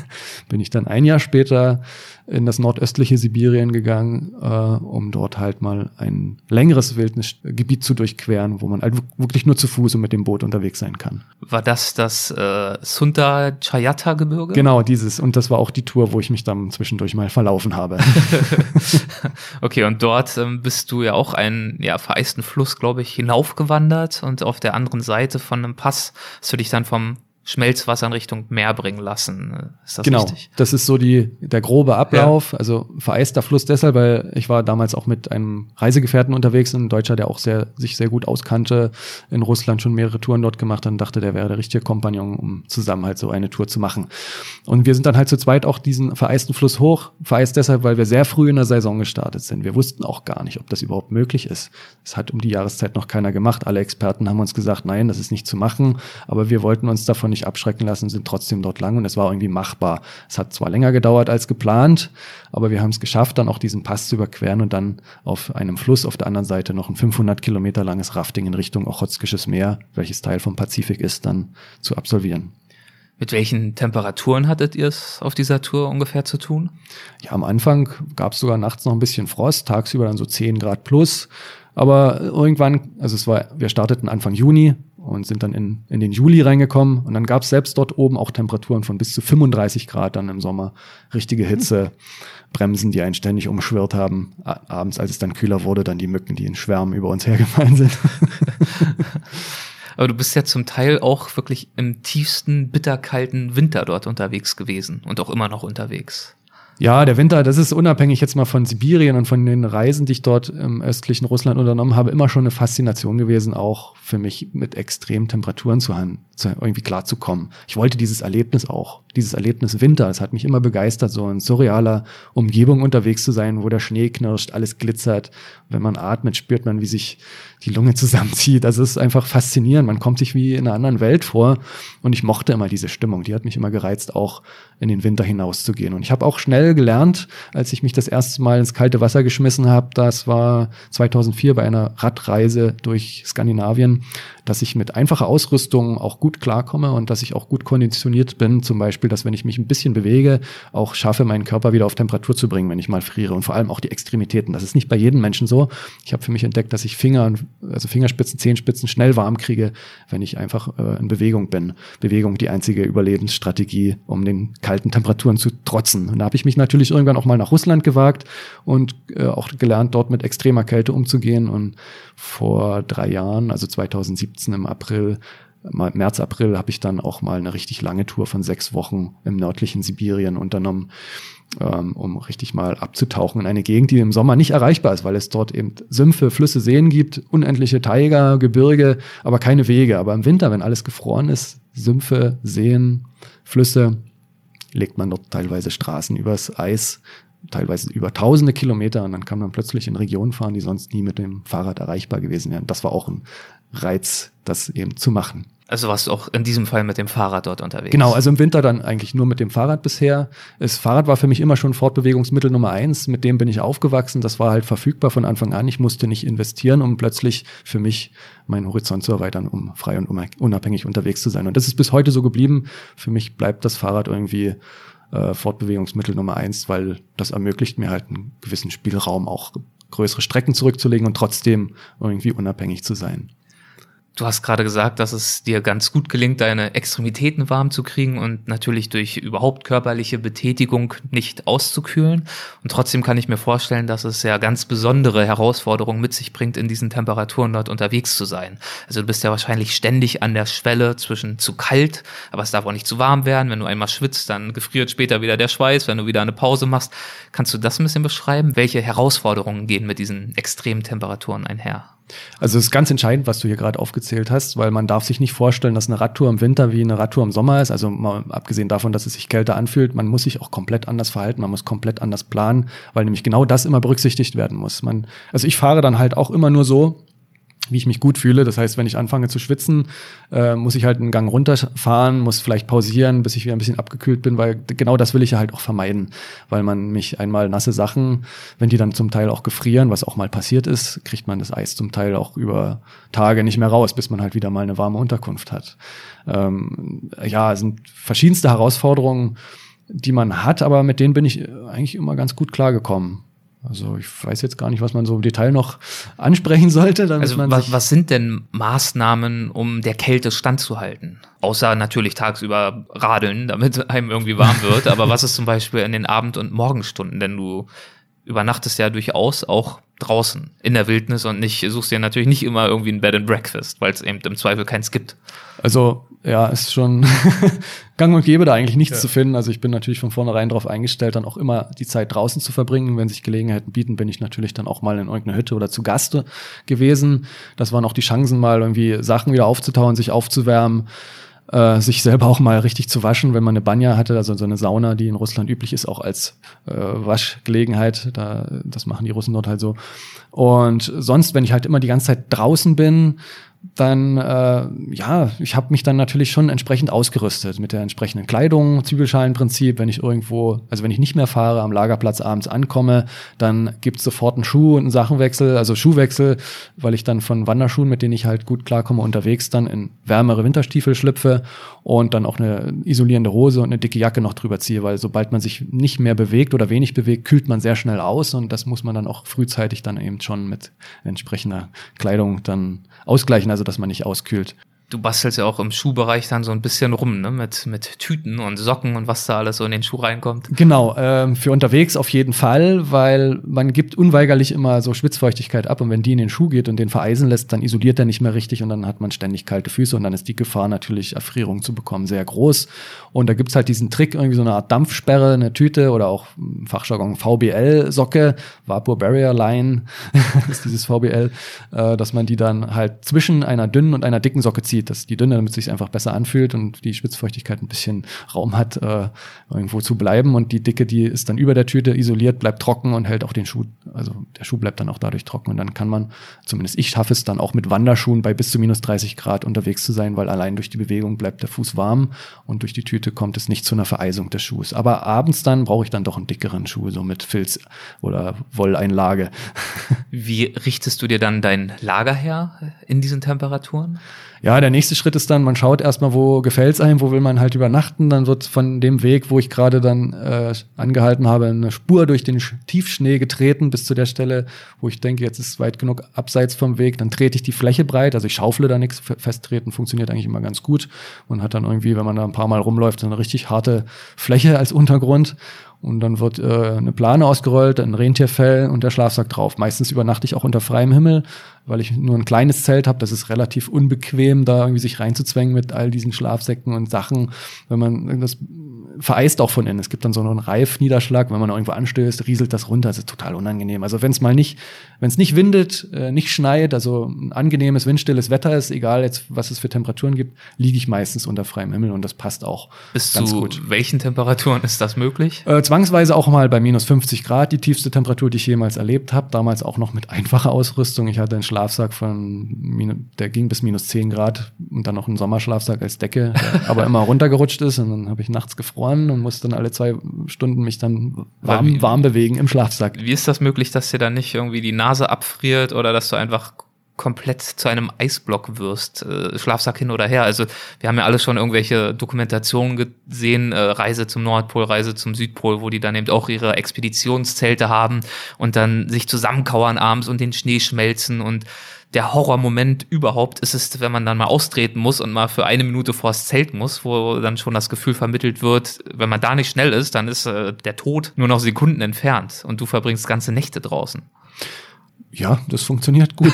bin ich dann ein Jahr später in das nordöstliche Sibirien gegangen, um dort halt mal ein längeres Wildnisgebiet zu durchqueren, wo man halt wirklich nur zu Fuß und mit dem Boot unterwegs sein kann. War das Sunda-Chayata-Gebirge? Genau, dieses. Und das war auch die Tour, wo ich mich dann zwischendurch mal verlaufen habe. Okay, und dort bist du ja auch einen vereisten Fluss, glaube ich, hinaufgewandert und auf der anderen Seite von einem Pass hast du dich dann vom Schmelzwasser in Richtung Meer bringen lassen. Ist das richtig? Genau, das ist so der grobe Ablauf. Ja. Also vereister Fluss deshalb, weil ich war damals auch mit einem Reisegefährten unterwegs, ein Deutscher, der auch sich sehr gut auskannte, in Russland schon mehrere Touren dort gemacht hat und dachte, der wäre der richtige Kompagnon, um zusammen halt so eine Tour zu machen. Und wir sind dann halt zu zweit auch diesen vereisten Fluss hoch. Vereist deshalb, weil wir sehr früh in der Saison gestartet sind. Wir wussten auch gar nicht, ob das überhaupt möglich ist. Das hat um die Jahreszeit noch keiner gemacht. Alle Experten haben uns gesagt, nein, das ist nicht zu machen. Aber wir wollten uns davon nicht abschrecken lassen, sind trotzdem dort lang und es war irgendwie machbar. Es hat zwar länger gedauert als geplant, aber wir haben es geschafft, dann auch diesen Pass zu überqueren und dann auf einem Fluss auf der anderen Seite noch ein 500 Kilometer langes Rafting in Richtung Ochotskisches Meer, welches Teil vom Pazifik ist, dann zu absolvieren. Mit welchen Temperaturen hattet ihr es auf dieser Tour ungefähr zu tun? Ja, am Anfang gab es sogar nachts noch ein bisschen Frost, tagsüber dann so 10 Grad plus. Aber irgendwann, wir starteten Anfang Juni, und sind dann in den Juli reingekommen. Und dann gab es selbst dort oben auch Temperaturen von bis zu 35 Grad dann im Sommer. Richtige Hitze, Bremsen, die einen ständig umschwirrt haben. Abends, als es dann kühler wurde, dann die Mücken, die in Schwärmen über uns hergefallen sind. Aber du bist ja zum Teil auch wirklich im tiefsten, bitterkalten Winter dort unterwegs gewesen und auch immer noch unterwegs. Ja, der Winter, das ist unabhängig jetzt mal von Sibirien und von den Reisen, die ich dort im östlichen Russland unternommen habe, immer schon eine Faszination gewesen, auch für mich mit extremen Temperaturen irgendwie klarzukommen. Ich wollte dieses Erlebnis Winter, das hat mich immer begeistert, so in surrealer Umgebung unterwegs zu sein, wo der Schnee knirscht, alles glitzert. Wenn man atmet, spürt man, wie sich die Lunge zusammenzieht. Das ist einfach faszinierend. Man kommt sich wie in einer anderen Welt vor. Und ich mochte immer diese Stimmung. Die hat mich immer gereizt, auch in den Winter hinauszugehen. Und ich habe auch schnell gelernt, als ich mich das erste Mal ins kalte Wasser geschmissen habe, das war 2004 bei einer Radreise durch Skandinavien, dass ich mit einfacher Ausrüstung auch gut klarkomme und dass ich auch gut konditioniert bin. Zum Beispiel, dass wenn ich mich ein bisschen bewege, auch schaffe, meinen Körper wieder auf Temperatur zu bringen, wenn ich mal friere. Und vor allem auch die Extremitäten. Das ist nicht bei jedem Menschen so. Ich habe für mich entdeckt, dass ich Fingerspitzen, Zehenspitzen schnell warm kriege, wenn ich einfach in Bewegung bin. Bewegung die einzige Überlebensstrategie, um den kalten Temperaturen zu trotzen. Und da habe ich mich natürlich irgendwann auch mal nach Russland gewagt und auch gelernt, dort mit extremer Kälte umzugehen. Und vor 3 Jahren, also 2017 im März, April, habe ich dann auch mal eine richtig lange Tour von 6 Wochen im nördlichen Sibirien unternommen, um richtig mal abzutauchen in eine Gegend, die im Sommer nicht erreichbar ist, weil es dort eben Sümpfe, Flüsse, Seen gibt, unendliche Taiga, Gebirge, aber keine Wege. Aber im Winter, wenn alles gefroren ist, Sümpfe, Seen, Flüsse, legt man dort teilweise Straßen übers Eis, teilweise über tausende Kilometer, und dann kann man plötzlich in Regionen fahren, die sonst nie mit dem Fahrrad erreichbar gewesen wären. Das war auch ein Reiz, das eben zu machen. Also warst du auch in diesem Fall mit dem Fahrrad dort unterwegs? Genau, also im Winter dann eigentlich nur mit dem Fahrrad bisher. Das Fahrrad war für mich immer schon Fortbewegungsmittel Nummer 1. Mit dem bin ich aufgewachsen. Das war halt verfügbar von Anfang an. Ich musste nicht investieren, um plötzlich für mich meinen Horizont zu erweitern, um frei und unabhängig unterwegs zu sein. Und das ist bis heute so geblieben. Für mich bleibt das Fahrrad irgendwie Fortbewegungsmittel Nummer 1, weil das ermöglicht mir halt einen gewissen Spielraum, auch größere Strecken zurückzulegen und trotzdem irgendwie unabhängig zu sein. Du hast gerade gesagt, dass es dir ganz gut gelingt, deine Extremitäten warm zu kriegen und natürlich durch überhaupt körperliche Betätigung nicht auszukühlen. Und trotzdem kann ich mir vorstellen, dass es ja ganz besondere Herausforderungen mit sich bringt, in diesen Temperaturen dort unterwegs zu sein. Also du bist ja wahrscheinlich ständig an der Schwelle zwischen zu kalt, aber es darf auch nicht zu warm werden. Wenn du einmal schwitzt, dann gefriert später wieder der Schweiß, wenn du wieder eine Pause machst. Kannst du das ein bisschen beschreiben? Welche Herausforderungen gehen mit diesen extremen Temperaturen einher? Also es ist ganz entscheidend, was du hier gerade aufgezählt hast, weil man darf sich nicht vorstellen, dass eine Radtour im Winter wie eine Radtour im Sommer ist. Also mal abgesehen davon, dass es sich kälter anfühlt, man muss sich auch komplett anders verhalten, man muss komplett anders planen, weil nämlich genau das immer berücksichtigt werden muss. Also ich fahre dann halt auch immer nur so, wie ich mich gut fühle. Das heißt, wenn ich anfange zu schwitzen, muss ich halt einen Gang runterfahren, muss vielleicht pausieren, bis ich wieder ein bisschen abgekühlt bin, weil genau das will ich ja halt auch vermeiden, weil man mich einmal nasse Sachen, wenn die dann zum Teil auch gefrieren, was auch mal passiert ist, kriegt man das Eis zum Teil auch über Tage nicht mehr raus, bis man halt wieder mal eine warme Unterkunft hat. Es sind verschiedenste Herausforderungen, die man hat, aber mit denen bin ich eigentlich immer ganz gut klargekommen. Also ich weiß jetzt gar nicht, was man so im Detail noch ansprechen sollte. Also was sind denn Maßnahmen, um der Kälte standzuhalten? Außer natürlich tagsüber radeln, damit einem irgendwie warm wird. Aber was ist zum Beispiel in den Abend- und Morgenstunden? Denn du übernachtest ja durchaus auch draußen in der Wildnis und suchst dir natürlich nicht immer irgendwie ein Bed and Breakfast, weil es eben im Zweifel keins gibt. Also ja, ist schon gang und gäbe, da eigentlich nichts zu finden. Also ich bin natürlich von vornherein darauf eingestellt, dann auch immer die Zeit draußen zu verbringen. Wenn sich Gelegenheiten bieten, bin ich natürlich dann auch mal in irgendeiner Hütte oder zu Gast gewesen. Das waren auch die Chancen, mal irgendwie Sachen wieder aufzutauen, sich aufzuwärmen, sich selber auch mal richtig zu waschen, wenn man eine Banja hatte, also so eine Sauna, die in Russland üblich ist, auch als Waschgelegenheit. Das machen die Russen dort halt so. Und sonst, wenn ich halt immer die ganze Zeit draußen bin, dann, ich habe mich dann natürlich schon entsprechend ausgerüstet mit der entsprechenden Kleidung, Zwiebelschalenprinzip. Wenn ich nicht mehr fahre, am Lagerplatz abends ankomme, dann gibt's sofort einen Schuhwechsel, weil ich dann von Wanderschuhen, mit denen ich halt gut klarkomme, unterwegs dann in wärmere Winterstiefel schlüpfe und dann auch eine isolierende Hose und eine dicke Jacke noch drüber ziehe, weil sobald man sich nicht mehr bewegt oder wenig bewegt, kühlt man sehr schnell aus, und das muss man dann auch frühzeitig dann eben schon mit entsprechender Kleidung dann ausgleichen, also dass man nicht auskühlt. Du bastelst ja auch im Schuhbereich dann so ein bisschen rum, ne? Mit Tüten und Socken und was da alles so in den Schuh reinkommt. Genau, für unterwegs auf jeden Fall, weil man gibt unweigerlich immer so Schwitzfeuchtigkeit ab und wenn die in den Schuh geht und den vereisen lässt, dann isoliert er nicht mehr richtig und dann hat man ständig kalte Füße und dann ist die Gefahr natürlich, Erfrierung zu bekommen, sehr groß. Und da gibt's halt diesen Trick, irgendwie so eine Art Dampfsperre, eine Tüte oder auch im Fachjargon VBL-Socke, Vapor Barrier Line ist dieses VBL, dass man die dann halt zwischen einer dünnen und einer dicken Socke zieht, dass die dünne, damit es sich einfach besser anfühlt und die Schwitzfeuchtigkeit ein bisschen Raum hat, irgendwo zu bleiben und die dicke, die ist dann über der Tüte isoliert, bleibt trocken und hält auch den Schuh, also der Schuh bleibt dann auch dadurch trocken und dann kann man, zumindest ich schaffe es dann auch mit Wanderschuhen bei bis zu minus 30 Grad unterwegs zu sein, weil allein durch die Bewegung bleibt der Fuß warm und durch die Tüte kommt es nicht zu einer Vereisung des Schuhs. Aber abends dann brauche ich dann doch einen dickeren Schuh, so mit Filz oder Wolleinlage. Wie richtest du dir dann dein Lager her in diesen Temperaturen? Ja, der nächste Schritt ist dann, man schaut erstmal, wo gefällt's einem, wo will man halt übernachten. Dann wird von dem Weg, wo ich gerade dann angehalten habe, eine Spur durch den Tiefschnee getreten bis zu der Stelle, wo ich denke, jetzt ist es weit genug abseits vom Weg. Dann trete ich die Fläche breit, also ich schaufle da nichts, festtreten funktioniert eigentlich immer ganz gut. Man hat dann irgendwie, wenn man da ein paar Mal rumläuft, so eine richtig harte Fläche als Untergrund. Und dann wird eine Plane ausgerollt, ein Rentierfell und der Schlafsack drauf. Meistens übernachte ich auch unter freiem Himmel, weil ich nur ein kleines Zelt habe. Das ist relativ unbequem, da irgendwie sich reinzuzwängen mit all diesen Schlafsäcken und Sachen. Wenn man das vereist auch von innen. Es gibt dann so einen Reifniederschlag, wenn man irgendwo anstößt, rieselt das runter. Das ist total unangenehm. Also wenn es nicht windet, nicht schneit, also ein angenehmes, windstilles Wetter ist, egal jetzt, was es für Temperaturen gibt, liege ich meistens unter freiem Himmel und das passt auch ganz gut. Bis zu welchen Temperaturen ist das möglich? Zwangsweise auch mal bei minus 50 Grad, die tiefste Temperatur, die ich jemals erlebt habe. Damals auch noch mit einfacher Ausrüstung. Ich hatte einen Schlafsack der ging bis minus 10 Grad und dann noch einen Sommerschlafsack als Decke, der aber immer runtergerutscht ist und dann habe ich nachts gefroren und musste dann alle 2 Stunden mich dann warm bewegen im Schlafsack. Wie ist das möglich, dass dir dann nicht irgendwie die Nase abfriert oder dass du einfach komplett zu einem Eisblock wirst, Schlafsack hin oder her? Also wir haben ja alle schon irgendwelche Dokumentationen gesehen, Reise zum Nordpol, Reise zum Südpol, wo die dann eben auch ihre Expeditionszelte haben und dann sich zusammenkauern abends und den Schnee schmelzen und der Horrormoment überhaupt ist es, wenn man dann mal austreten muss und mal für 1 Minute vors Zelt muss, wo dann schon das Gefühl vermittelt wird, wenn man da nicht schnell ist, dann ist der Tod nur noch Sekunden entfernt und du verbringst ganze Nächte draußen. Ja, das funktioniert gut.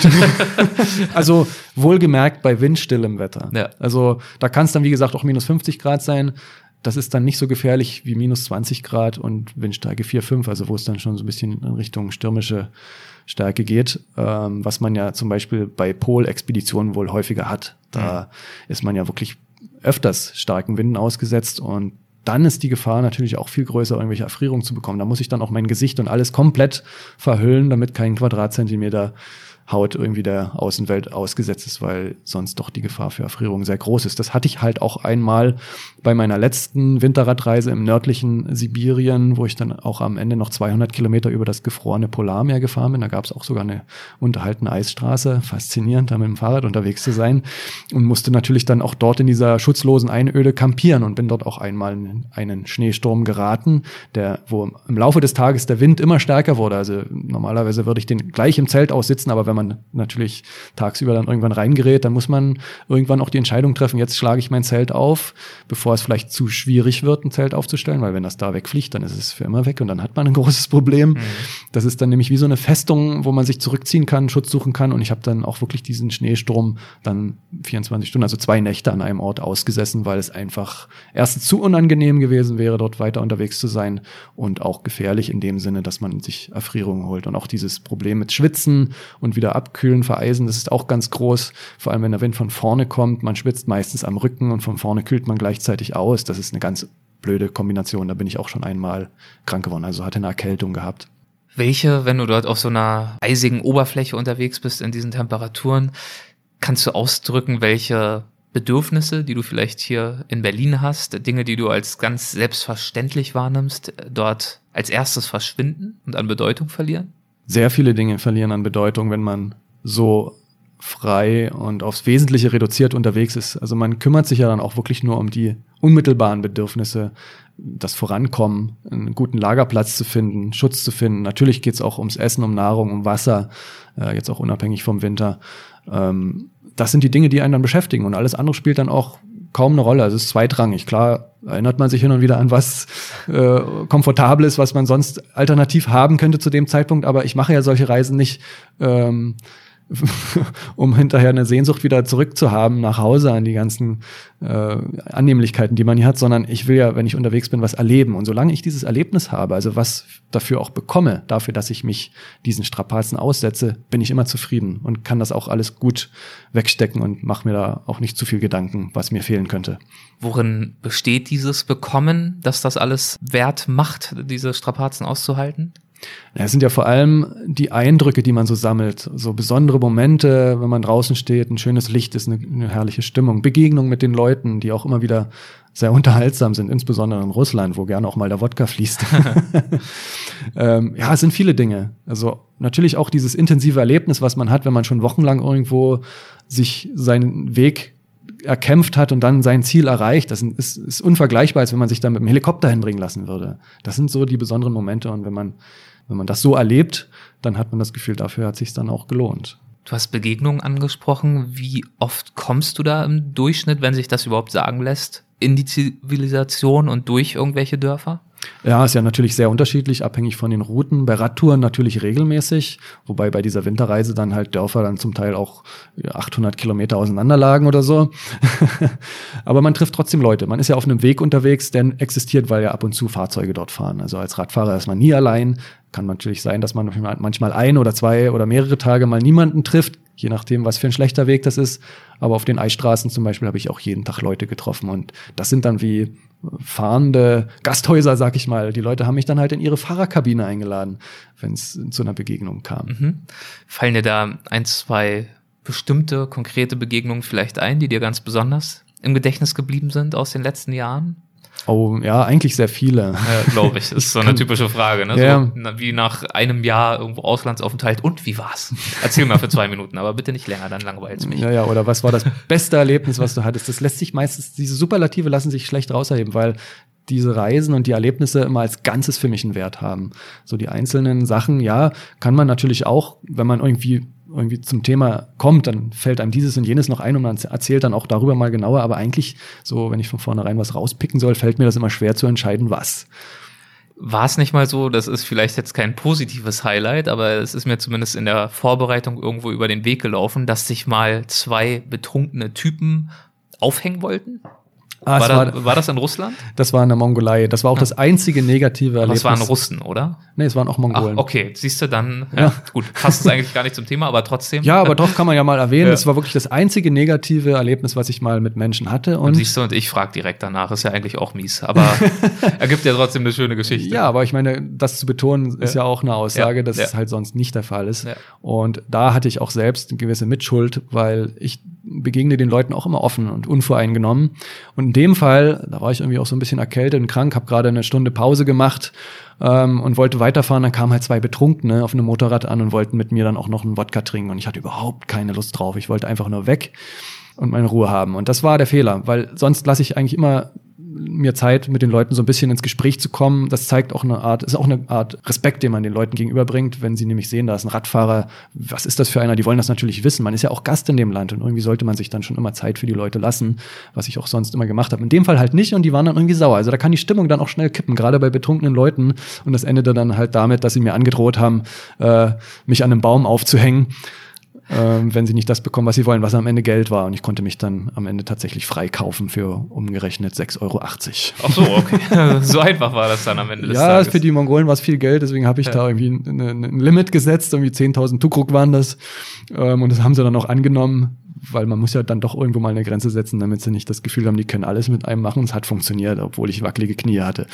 Also wohlgemerkt bei windstillem Wetter. Ja. Also da kann es dann, wie gesagt, auch minus 50 Grad sein. Das ist dann nicht so gefährlich wie minus 20 Grad und Windstärke 4, 5, also wo es dann schon so ein bisschen in Richtung stürmische Stärke geht, was man ja zum Beispiel bei Polexpeditionen wohl häufiger hat. Da ist man ja wirklich öfters starken Winden ausgesetzt und dann ist die Gefahr natürlich auch viel größer, irgendwelche Erfrierungen zu bekommen. Da muss ich dann auch mein Gesicht und alles komplett verhüllen, damit kein Quadratzentimeter Haut irgendwie der Außenwelt ausgesetzt ist, weil sonst doch die Gefahr für Erfrierung sehr groß ist. Das hatte ich halt auch einmal bei meiner letzten Winterradreise im nördlichen Sibirien, wo ich dann auch am Ende noch 200 Kilometer über das gefrorene Polarmeer gefahren bin. Da gab es auch sogar eine unterhaltene Eisstraße. Faszinierend, da mit dem Fahrrad unterwegs zu sein. Und musste natürlich dann auch dort in dieser schutzlosen Einöde campieren und bin dort auch einmal in einen Schneesturm geraten, wo im Laufe des Tages der Wind immer stärker wurde. Also normalerweise würde ich den gleich im Zelt aussitzen, aber wenn man natürlich tagsüber dann irgendwann reingerät, dann muss man irgendwann auch die Entscheidung treffen, jetzt schlage ich mein Zelt auf, bevor es vielleicht zu schwierig wird, ein Zelt aufzustellen, weil wenn das da wegfliegt, dann ist es für immer weg und dann hat man ein großes Problem. Mhm. Das ist dann nämlich wie so eine Festung, wo man sich zurückziehen kann, Schutz suchen kann und ich habe dann auch wirklich diesen Schneesturm dann 24 Stunden, also 2 Nächte an einem Ort ausgesessen, weil es einfach erstens zu unangenehm gewesen wäre, dort weiter unterwegs zu sein und auch gefährlich in dem Sinne, dass man sich Erfrierungen holt und auch dieses Problem mit Schwitzen und wieder abkühlen, vereisen, das ist auch ganz groß, vor allem wenn der Wind von vorne kommt, man schwitzt meistens am Rücken und von vorne kühlt man gleichzeitig aus, das ist eine ganz blöde Kombination, da bin ich auch schon einmal krank geworden, also hatte eine Erkältung gehabt. Welche, wenn du dort auf so einer eisigen Oberfläche unterwegs bist in diesen Temperaturen, kannst du ausdrücken, welche Bedürfnisse, die du vielleicht hier in Berlin hast, Dinge, die du als ganz selbstverständlich wahrnimmst, dort als erstes verschwinden und an Bedeutung verlieren? Sehr viele Dinge verlieren an Bedeutung, wenn man so frei und aufs Wesentliche reduziert unterwegs ist. Also man kümmert sich ja dann auch wirklich nur um die unmittelbaren Bedürfnisse, das Vorankommen, einen guten Lagerplatz zu finden, Schutz zu finden. Natürlich geht es auch ums Essen, um Nahrung, um Wasser, jetzt auch unabhängig vom Winter. das sind die Dinge, die einen dann beschäftigen. Und alles andere spielt dann auch kaum eine Rolle. Also es ist zweitrangig. Klar erinnert man sich hin und wieder an was Komfortables, was man sonst alternativ haben könnte zu dem Zeitpunkt. Aber ich mache ja solche Reisen nicht, um hinterher eine Sehnsucht wieder zurückzuhaben nach Hause an die ganzen Annehmlichkeiten, die man hier hat, sondern ich will ja, wenn ich unterwegs bin, was erleben. Und solange ich dieses Erlebnis habe, also was dafür auch bekomme, dafür, dass ich mich diesen Strapazen aussetze, bin ich immer zufrieden und kann das auch alles gut wegstecken und mache mir da auch nicht zu viel Gedanken, was mir fehlen könnte. Worin besteht dieses Bekommen, dass das alles wert macht, diese Strapazen auszuhalten? Ja, es sind ja vor allem die Eindrücke, die man so sammelt. So besondere Momente, wenn man draußen steht, ein schönes Licht ist, eine herrliche Stimmung. Begegnung mit den Leuten, die auch immer wieder sehr unterhaltsam sind, insbesondere in Russland, wo gerne auch mal der Wodka fließt. Ja, es sind viele Dinge. Also natürlich auch dieses intensive Erlebnis, was man hat, wenn man schon wochenlang irgendwo sich seinen Weg erkämpft hat und dann sein Ziel erreicht. Das ist unvergleichbar, als wenn man sich da mit dem Helikopter hinbringen lassen würde. Das sind so die besonderen Momente. Und wenn man das so erlebt, dann hat man das Gefühl, dafür hat es sich dann auch gelohnt. Du hast Begegnungen angesprochen. Wie oft kommst du da im Durchschnitt, wenn sich das überhaupt sagen lässt, in die Zivilisation und durch irgendwelche Dörfer? Ja, ist ja natürlich sehr unterschiedlich, abhängig von den Routen. Bei Radtouren natürlich regelmäßig, wobei bei dieser Winterreise dann halt Dörfer dann zum Teil auch 800 Kilometer auseinander lagen oder so. Aber man trifft trotzdem Leute. Man ist ja auf einem Weg unterwegs, der existiert, weil ja ab und zu Fahrzeuge dort fahren. Also als Radfahrer ist man nie allein. Kann natürlich sein, dass man manchmal 1 oder 2 oder mehrere Tage mal niemanden trifft, je nachdem, was für ein schlechter Weg das ist. Aber auf den Eisstraßen zum Beispiel habe ich auch jeden Tag Leute getroffen. Und das sind dann wie fahrende Gasthäuser, sag ich mal. Die Leute haben mich dann halt in ihre Fahrerkabine eingeladen, wenn es zu einer Begegnung kam. Mhm. Fallen dir da 1, 2 bestimmte, konkrete Begegnungen vielleicht ein, die dir ganz besonders im Gedächtnis geblieben sind aus den letzten Jahren? Oh, ja, eigentlich sehr viele. Ja, glaube ich. Das ist so eine typische Frage, ne? Ja. So, wie nach einem Jahr irgendwo Auslandsaufenthalt. Und wie war's? Erzähl mal für 2 Minuten, aber bitte nicht länger, dann langweilt's mich. Ja, oder was war das beste Erlebnis, was du hattest? Das lässt sich meistens, diese Superlative lassen sich schlecht rausheben, weil diese Reisen und die Erlebnisse immer als Ganzes für mich einen Wert haben. So die einzelnen Sachen, ja, kann man natürlich auch, wenn man irgendwie zum Thema kommt, dann fällt einem dieses und jenes noch ein und man erzählt dann auch darüber mal genauer. Aber eigentlich, so wenn ich von vornherein was rauspicken soll, fällt mir das immer schwer zu entscheiden, was. War es nicht mal so, das ist vielleicht jetzt kein positives Highlight, aber es ist mir zumindest in der Vorbereitung irgendwo über den Weg gelaufen, dass sich mal 2 betrunkene Typen aufhängen wollten? War das in Russland? Das war in der Mongolei. Das war auch das einzige negative Erlebnis. Aber es waren Russen, oder? Nee, es waren auch Mongolen. Ach, okay, siehst du dann, ja. Gut, passt es eigentlich gar nicht zum Thema, aber trotzdem. Ja, aber doch kann man ja mal erwähnen, das war wirklich das einzige negative Erlebnis, was ich mal mit Menschen hatte. Und siehst du, und ich frage direkt danach, ist ja eigentlich auch mies, aber ergibt ja trotzdem eine schöne Geschichte. Ja, aber ich meine, das zu betonen, ist ja auch eine Aussage, dass es halt sonst nicht der Fall ist. Ja. Und da hatte ich auch selbst eine gewisse Mitschuld, weil ich begegne den Leuten auch immer offen und unvoreingenommen. Und in dem Fall, da war ich irgendwie auch so ein bisschen erkältet und krank, habe gerade eine Stunde Pause gemacht und wollte weiterfahren. Dann kamen halt 2 Betrunkene auf einem Motorrad an und wollten mit mir dann auch noch einen Wodka trinken. Und ich hatte überhaupt keine Lust drauf. Ich wollte einfach nur weg und meine Ruhe haben. Und das war der Fehler, weil sonst lasse ich eigentlich immer mir Zeit, mit den Leuten so ein bisschen ins Gespräch zu kommen. Das zeigt auch ist auch eine Art Respekt, den man den Leuten gegenüberbringt, wenn sie nämlich sehen, da ist ein Radfahrer, was ist das für einer? Die wollen das natürlich wissen. Man ist ja auch Gast in dem Land und irgendwie sollte man sich dann schon immer Zeit für die Leute lassen, was ich auch sonst immer gemacht habe. In dem Fall halt nicht und die waren dann irgendwie sauer. Also da kann die Stimmung dann auch schnell kippen, gerade bei betrunkenen Leuten. Und das endete dann halt damit, dass sie mir angedroht haben, mich an einem Baum aufzuhängen, wenn sie nicht das bekommen, was sie wollen, was am Ende Geld war. Und ich konnte mich dann am Ende tatsächlich freikaufen für umgerechnet 6,80 €. Ach so, okay. So einfach war das dann am Ende des Tages. Ja, für die Mongolen war es viel Geld, deswegen habe ich da irgendwie ein Limit gesetzt, irgendwie 10.000 Tukruk waren das. Und das haben sie dann auch angenommen, weil man muss ja dann doch irgendwo mal eine Grenze setzen, damit sie nicht das Gefühl haben, die können alles mit einem machen. Es hat funktioniert, obwohl ich wackelige Knie hatte.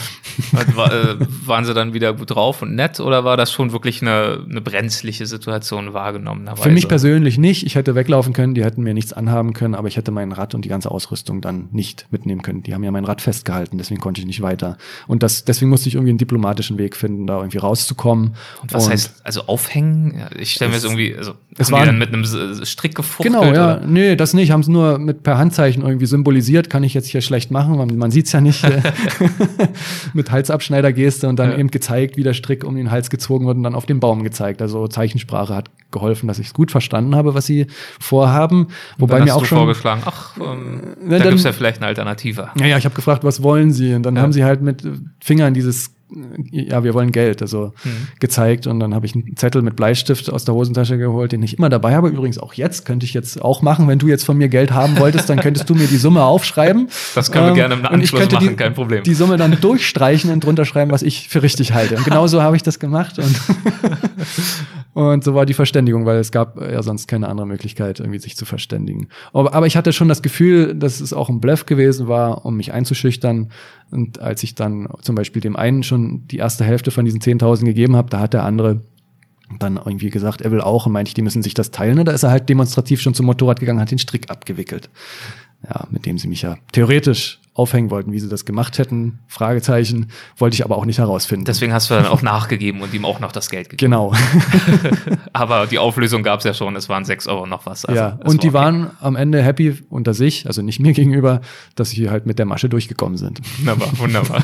Waren sie dann wieder gut drauf und nett oder war das schon wirklich eine brenzliche Situation wahrgenommenerweise? Für mich persönlich nicht. Ich hätte weglaufen können, die hätten mir nichts anhaben können, aber ich hätte mein Rad und die ganze Ausrüstung dann nicht mitnehmen können. Die haben ja mein Rad festgehalten, deswegen konnte ich nicht weiter. Und deswegen musste ich irgendwie einen diplomatischen Weg finden, da irgendwie rauszukommen. Und was heißt, also aufhängen? Ich stelle mir das irgendwie, also haben die dann mit einem Strick gefuchtelt? Genau, ja, Nee, das nicht. Haben es nur per Handzeichen irgendwie symbolisiert. Kann ich jetzt hier schlecht machen, weil man sieht's ja nicht. Mit Halsabschneidergeste und dann eben gezeigt, wie der Strick um den Hals gezogen wird und dann auf den Baum gezeigt. Also Zeichensprache hat geholfen, dass ich es gut verstanden habe, was sie vorhaben. Wobei dann mir auch hast du schon vorgeschlagen, da gibt's ja vielleicht eine Alternative. Ja, ich habe gefragt, was wollen Sie? Und dann haben sie halt mit Fingern dieses wir wollen Geld, also gezeigt. Und dann habe ich einen Zettel mit Bleistift aus der Hosentasche geholt, den ich immer dabei habe. Übrigens auch jetzt, könnte ich jetzt auch machen. Wenn du jetzt von mir Geld haben wolltest, dann könntest du mir die Summe aufschreiben. Das können wir gerne im Anschluss machen, kein Problem. Die Summe dann durchstreichen und drunter schreiben, was ich für richtig halte. Und genau so habe ich das gemacht. Und so war die Verständigung, weil es gab ja sonst keine andere Möglichkeit, irgendwie sich zu verständigen. Aber ich hatte schon das Gefühl, dass es auch ein Bluff gewesen war, um mich einzuschüchtern. Und als ich dann zum Beispiel dem einen schon die erste Hälfte von diesen 10.000 gegeben habe, da hat der andere dann irgendwie gesagt, er will auch, und meinte ich, die müssen sich das teilen. Und da ist er halt demonstrativ schon zum Motorrad gegangen, hat den Strick abgewickelt. Ja, mit dem sie mich ja theoretisch aufhängen wollten, wie sie das gemacht hätten, Fragezeichen, wollte ich aber auch nicht herausfinden. Deswegen hast du dann auch nachgegeben und ihm auch noch das Geld gegeben. Genau. Aber die Auflösung gab es ja schon, es waren 6 € noch was. Also ja, und die waren am Ende happy unter sich, also nicht mir gegenüber, dass sie halt mit der Masche durchgekommen sind. Wunderbar.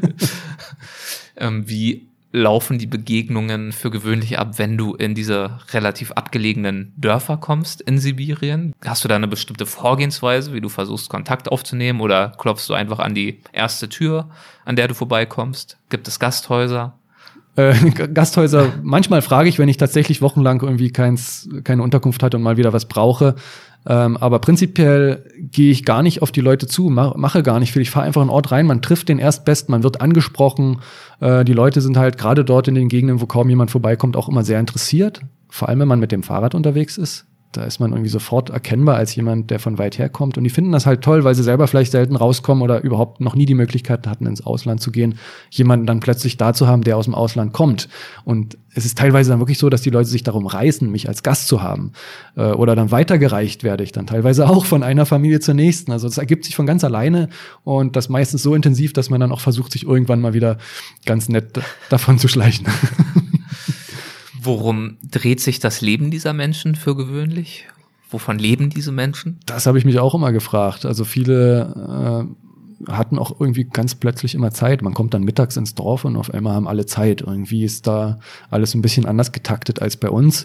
Wie laufen die Begegnungen für gewöhnlich ab, wenn du in diese relativ abgelegenen Dörfer kommst in Sibirien? Hast du da eine bestimmte Vorgehensweise, wie du versuchst, Kontakt aufzunehmen, oder klopfst du einfach an die erste Tür, an der du vorbeikommst? Gibt es Gasthäuser? Gasthäuser, manchmal frage ich, wenn ich tatsächlich wochenlang irgendwie keine Unterkunft hatte und mal wieder was brauche. Aber prinzipiell gehe ich gar nicht auf die Leute zu, mache gar nicht viel. Ich fahre einfach in einen Ort rein, man trifft den Erstbesten, man wird angesprochen. Die Leute sind halt gerade dort in den Gegenden, wo kaum jemand vorbeikommt, auch immer sehr interessiert. Vor allem, wenn man mit dem Fahrrad unterwegs ist. Da ist man irgendwie sofort erkennbar als jemand, der von weit her kommt. Und die finden das halt toll, weil sie selber vielleicht selten rauskommen oder überhaupt noch nie die Möglichkeit hatten, ins Ausland zu gehen, jemanden dann plötzlich da zu haben, der aus dem Ausland kommt. Und es ist teilweise dann wirklich so, dass die Leute sich darum reißen, mich als Gast zu haben. Oder dann weitergereicht werde ich dann teilweise auch von einer Familie zur nächsten. Also das ergibt sich von ganz alleine und das meistens so intensiv, dass man dann auch versucht, sich irgendwann mal wieder ganz nett davon zu schleichen. Worum dreht sich das Leben dieser Menschen für gewöhnlich? Wovon leben diese Menschen? Das habe ich mich auch immer gefragt. Also viele hatten auch irgendwie ganz plötzlich immer Zeit. Man kommt dann mittags ins Dorf und auf einmal haben alle Zeit. Irgendwie ist da alles ein bisschen anders getaktet als bei uns.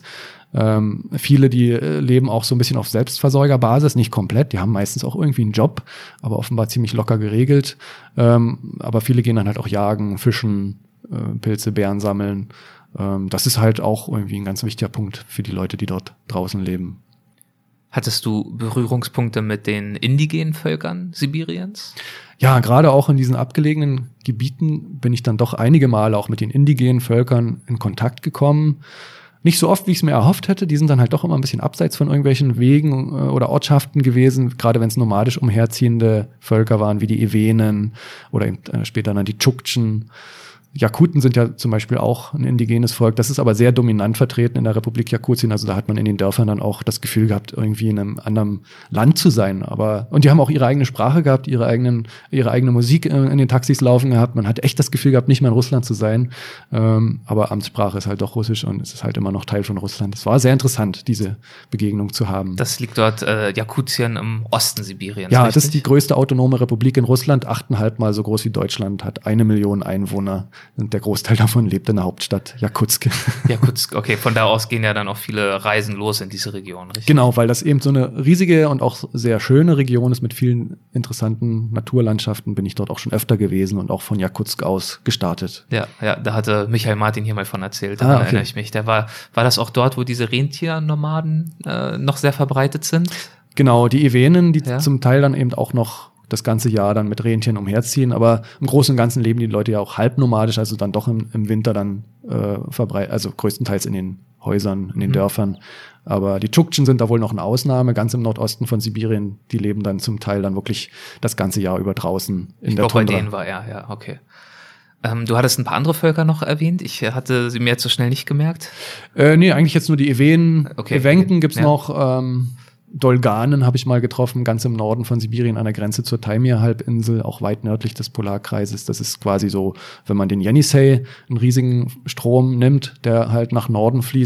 Viele, die leben auch so ein bisschen auf Selbstversorgerbasis, nicht komplett. Die haben meistens auch irgendwie einen Job, aber offenbar ziemlich locker geregelt. Aber viele gehen dann halt auch jagen, fischen, Pilze, Beeren sammeln. Das ist halt auch irgendwie ein ganz wichtiger Punkt für die Leute, die dort draußen leben. Hattest du Berührungspunkte mit den indigenen Völkern Sibiriens? Ja, gerade auch in diesen abgelegenen Gebieten bin ich dann doch einige Male auch mit den indigenen Völkern in Kontakt gekommen. Nicht so oft, wie ich es mir erhofft hätte. Die sind dann halt doch immer ein bisschen abseits von irgendwelchen Wegen oder Ortschaften gewesen, gerade wenn es nomadisch umherziehende Völker waren, wie die Ewenen oder eben, später dann die Tschuktschen. Jakuten sind ja zum Beispiel auch ein indigenes Volk. Das ist aber sehr dominant vertreten in der Republik Jakutien. Also da hat man in den Dörfern dann auch das Gefühl gehabt, irgendwie in einem anderen Land zu sein. Und die haben auch ihre eigene Sprache gehabt, ihre eigene Musik in den Taxis laufen gehabt. Man hat echt das Gefühl gehabt, nicht mehr in Russland zu sein. Aber Amtssprache ist halt doch Russisch und es ist halt immer noch Teil von Russland. Es war sehr interessant, diese Begegnung zu haben. Das liegt dort, Jakutien im Osten Sibiriens, ja, richtig? Das ist die größte autonome Republik in Russland, 8,5 Mal so groß wie Deutschland, hat 1 Million Einwohner. Und der Großteil davon lebt in der Hauptstadt Jakutsk. Jakutsk, okay. Von da aus gehen ja dann auch viele Reisen los in diese Region, richtig? Genau, weil das eben so eine riesige und auch sehr schöne Region ist mit vielen interessanten Naturlandschaften. Bin ich dort auch schon öfter gewesen und auch von Jakutsk aus gestartet. Ja, da hatte Michael Martin hier mal von erzählt. Daran erinnere ich mich. War das auch dort, wo diese Rentiernomaden noch sehr verbreitet sind? Genau, die Ewenen, die zum Teil dann eben auch noch das ganze Jahr dann mit Rentieren umherziehen, aber im Großen und Ganzen leben die Leute ja auch halbnomadisch, also dann doch im Winter dann verbreitet, also größtenteils in den Häusern, in den Dörfern. Aber die Tschuktschen sind da wohl noch eine Ausnahme, ganz im Nordosten von Sibirien, die leben dann zum Teil dann wirklich das ganze Jahr über draußen in der Tundra. Bei denen war er, ja, okay. Du hattest ein paar andere Völker noch erwähnt. Ich hatte sie mir jetzt so schnell nicht gemerkt. Nee, eigentlich jetzt nur die Ewenen. Okay. Ewenken gibt's noch. Dolganen habe ich mal getroffen, ganz im Norden von Sibirien an der Grenze zur Taimyr-Halbinsel, auch weit nördlich des Polarkreises. Das ist quasi so, wenn man den Jenisej, einen riesigen Strom nimmt, der halt nach Norden fließt,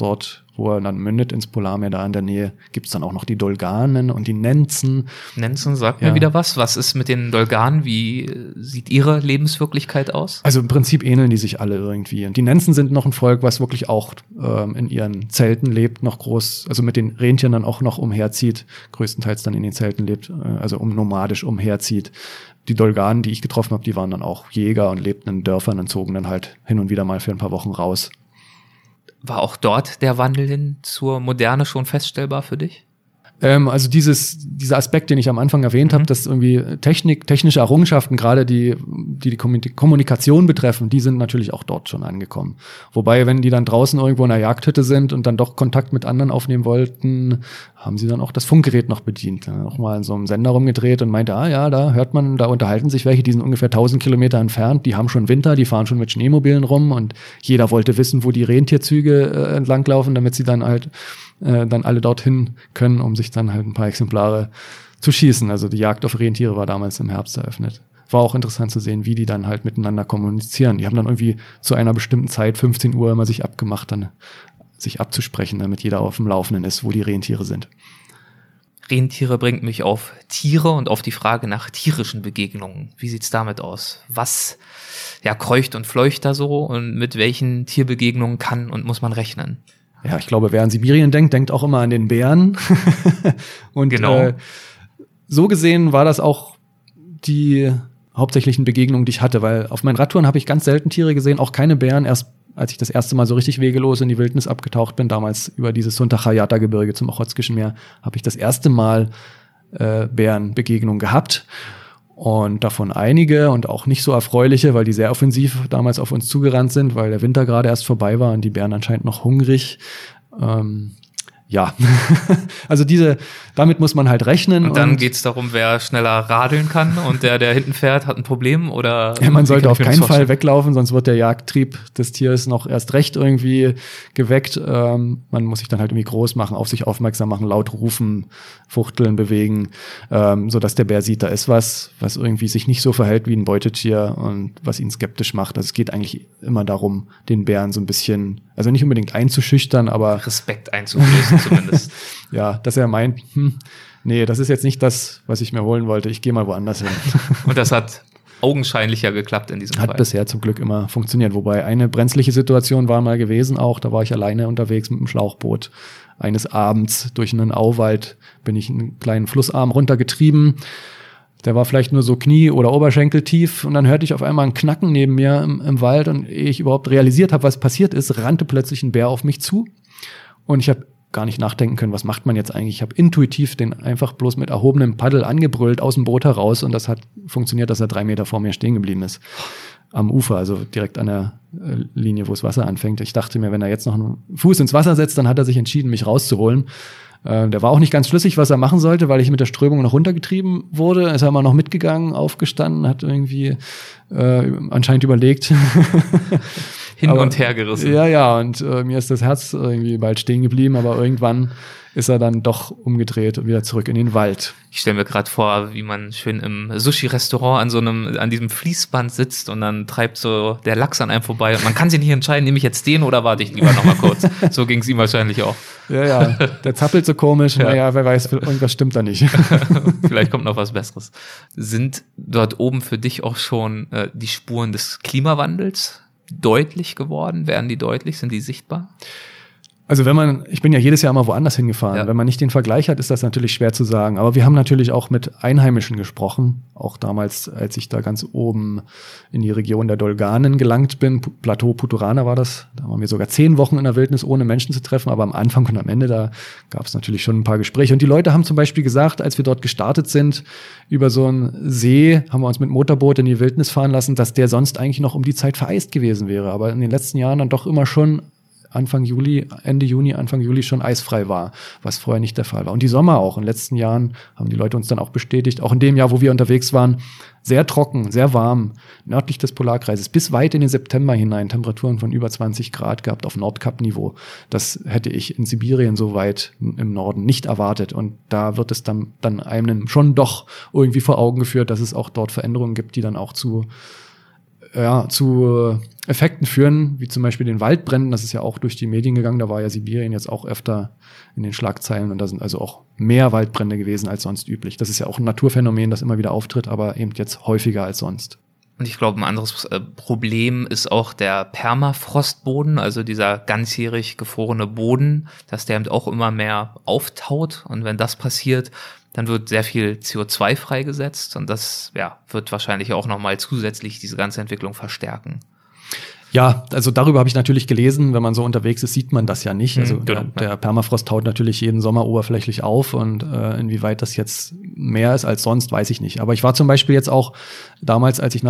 dort, wo er dann mündet ins Polarmeer, da in der Nähe, gibt's dann auch noch die Dolganen und die Nenzen. Nenzen sagt mir wieder was. Was ist mit den Dolganen? Wie sieht ihre Lebenswirklichkeit aus? Also im Prinzip ähneln die sich alle irgendwie. Und die Nenzen sind noch ein Volk, was wirklich auch in ihren Zelten lebt, noch groß, also mit den Rentieren dann auch noch umherzieht, größtenteils dann in den Zelten lebt, also nomadisch umherzieht. Die Dolganen, die ich getroffen habe, die waren dann auch Jäger und lebten in Dörfern und zogen dann halt hin und wieder mal für ein paar Wochen raus. War auch dort der Wandel hin zur Moderne schon feststellbar für dich? Also dieser Aspekt, den ich am Anfang erwähnt habe, dass irgendwie technische Errungenschaften, gerade die Kommunikation betreffen, die sind natürlich auch dort schon angekommen. Wobei, wenn die dann draußen irgendwo in der Jagdhütte sind und dann doch Kontakt mit anderen aufnehmen wollten, haben sie dann auch das Funkgerät noch bedient. Dann auch mal in so einem Sender rumgedreht und meinte, da hört man, da unterhalten sich welche, die sind ungefähr 1000 Kilometer entfernt, die haben schon Winter, die fahren schon mit Schneemobilen rum und jeder wollte wissen, wo die Rentierzüge entlanglaufen, damit sie dann halt dann alle dorthin können, um sich dann halt ein paar Exemplare zu schießen. Also die Jagd auf Rentiere war damals im Herbst eröffnet. War auch interessant zu sehen, wie die dann halt miteinander kommunizieren. Die haben dann irgendwie zu einer bestimmten Zeit, 15 Uhr, immer sich abgemacht, dann sich abzusprechen, damit jeder auf dem Laufenden ist, wo die Rentiere sind. Rentiere bringt mich auf Tiere und auf die Frage nach tierischen Begegnungen. Wie sieht's damit aus? Was kreucht und fleucht da so und mit welchen Tierbegegnungen kann und muss man rechnen? Ja, ich glaube, wer an Sibirien denkt auch immer an den Bären. Und genau. So gesehen war das auch die hauptsächlichen Begegnungen, die ich hatte, weil auf meinen Radtouren habe ich ganz selten Tiere gesehen, auch keine Bären. Erst als ich das erste Mal so richtig wegelos in die Wildnis abgetaucht bin, damals über dieses Sunta-Chayata-Gebirge zum Ochotskischen Meer, habe ich das erste Mal Bärenbegegnungen gehabt. Und davon einige und auch nicht so erfreuliche, weil die sehr offensiv damals auf uns zugerannt sind, weil der Winter gerade erst vorbei war und die Bären anscheinend noch hungrig. Also damit muss man halt rechnen. Und dann geht's darum, wer schneller radeln kann und der hinten fährt, hat ein Problem oder? Ja, man sollte auf keinen Fall weglaufen, sonst wird der Jagdtrieb des Tieres noch erst recht irgendwie geweckt. Man muss sich dann halt irgendwie groß machen, auf sich aufmerksam machen, laut rufen, fuchteln, bewegen, sodass der Bär sieht, da ist was irgendwie sich nicht so verhält wie ein Beutetier und was ihn skeptisch macht. Also es geht eigentlich immer darum, den Bären so ein bisschen, also nicht unbedingt einzuschüchtern, aber Respekt einzuflößen zumindest. Ja, dass er meint, nee, das ist jetzt nicht das, was ich mir holen wollte. Ich gehe mal woanders hin. Und das hat augenscheinlich ja geklappt in diesem Fall. Hat bisher zum Glück immer funktioniert. Wobei eine brenzliche Situation war mal gewesen auch. Da war ich alleine unterwegs mit dem Schlauchboot. Eines Abends durch einen Auwald bin ich einen kleinen Flussarm runtergetrieben. Der war vielleicht nur so Knie- oder Oberschenkel tief und dann hörte ich auf einmal ein Knacken neben mir im Wald und ehe ich überhaupt realisiert habe, was passiert ist, rannte plötzlich ein Bär auf mich zu und ich habe gar nicht nachdenken können, was macht man jetzt eigentlich. Ich habe intuitiv den einfach bloß mit erhobenem Paddel angebrüllt aus dem Boot heraus und das hat funktioniert, dass er 3 Meter vor mir stehen geblieben ist. Am Ufer, also direkt an der Linie, wo das Wasser anfängt. Ich dachte mir, wenn er jetzt noch einen Fuß ins Wasser setzt, dann hat er sich entschieden, mich rauszuholen. Der war auch nicht ganz schlüssig, was er machen sollte, weil ich mit der Strömung noch runtergetrieben wurde. Ist er immer noch mitgegangen, aufgestanden, hat irgendwie anscheinend überlegt. Und her gerissen. Ja, und mir ist das Herz irgendwie bald stehen geblieben, aber irgendwann ist er dann doch umgedreht und wieder zurück in den Wald. Ich stelle mir gerade vor, wie man schön im Sushi-Restaurant an diesem Fließband sitzt und dann treibt so der Lachs an einem vorbei und man kann sich nicht entscheiden, nehme ich jetzt den oder warte ich lieber noch mal kurz. So ging es ihm wahrscheinlich auch. Ja, der zappelt so komisch. Ja. Naja, wer weiß, irgendwas stimmt da nicht. Vielleicht kommt noch was Besseres. Sind dort oben für dich auch schon die Spuren des Klimawandels deutlich geworden? Werden die deutlich? Sind die sichtbar? Also ich bin ja jedes Jahr mal woanders hingefahren. Ja. Wenn man nicht den Vergleich hat, ist das natürlich schwer zu sagen. Aber wir haben natürlich auch mit Einheimischen gesprochen. Auch damals, als ich da ganz oben in die Region der Dolganen gelangt bin. Plateau Puturana war das. Da waren wir sogar 10 Wochen in der Wildnis, ohne Menschen zu treffen. Aber am Anfang und am Ende, da gab es natürlich schon ein paar Gespräche. Und die Leute haben zum Beispiel gesagt, als wir dort gestartet sind, über so einen See, haben wir uns mit Motorboot in die Wildnis fahren lassen, dass der sonst eigentlich noch um die Zeit vereist gewesen wäre. Aber in den letzten Jahren dann doch immer schon Ende Juni, Anfang Juli schon eisfrei war, was vorher nicht der Fall war. Und die Sommer auch. In den letzten Jahren haben die Leute uns dann auch bestätigt, auch in dem Jahr, wo wir unterwegs waren, sehr trocken, sehr warm, nördlich des Polarkreises, bis weit in den September hinein, Temperaturen von über 20 Grad gehabt auf Nordkap-Niveau. Das hätte ich in Sibirien so weit im Norden nicht erwartet. Und da wird es dann einem schon doch irgendwie vor Augen geführt, dass es auch dort Veränderungen gibt, die dann auch zu zu Effekten führen, wie zum Beispiel den Waldbränden. Das ist ja auch durch die Medien gegangen. Da war ja Sibirien jetzt auch öfter in den Schlagzeilen und da sind also auch mehr Waldbrände gewesen als sonst üblich. Das ist ja auch ein Naturphänomen, das immer wieder auftritt, aber eben jetzt häufiger als sonst. Und ich glaube, ein anderes Problem ist auch der Permafrostboden, also dieser ganzjährig gefrorene Boden, dass der eben auch immer mehr auftaut. Und wenn das passiert, dann wird sehr viel CO2 freigesetzt und das wird wahrscheinlich auch nochmal zusätzlich diese ganze Entwicklung verstärken. Ja, also darüber habe ich natürlich gelesen. Wenn man so unterwegs ist, sieht man das ja nicht. Also der Permafrost taut natürlich jeden Sommer oberflächlich auf und inwieweit das jetzt mehr ist als sonst, weiß ich nicht. Aber ich war zum Beispiel jetzt auch damals, als ich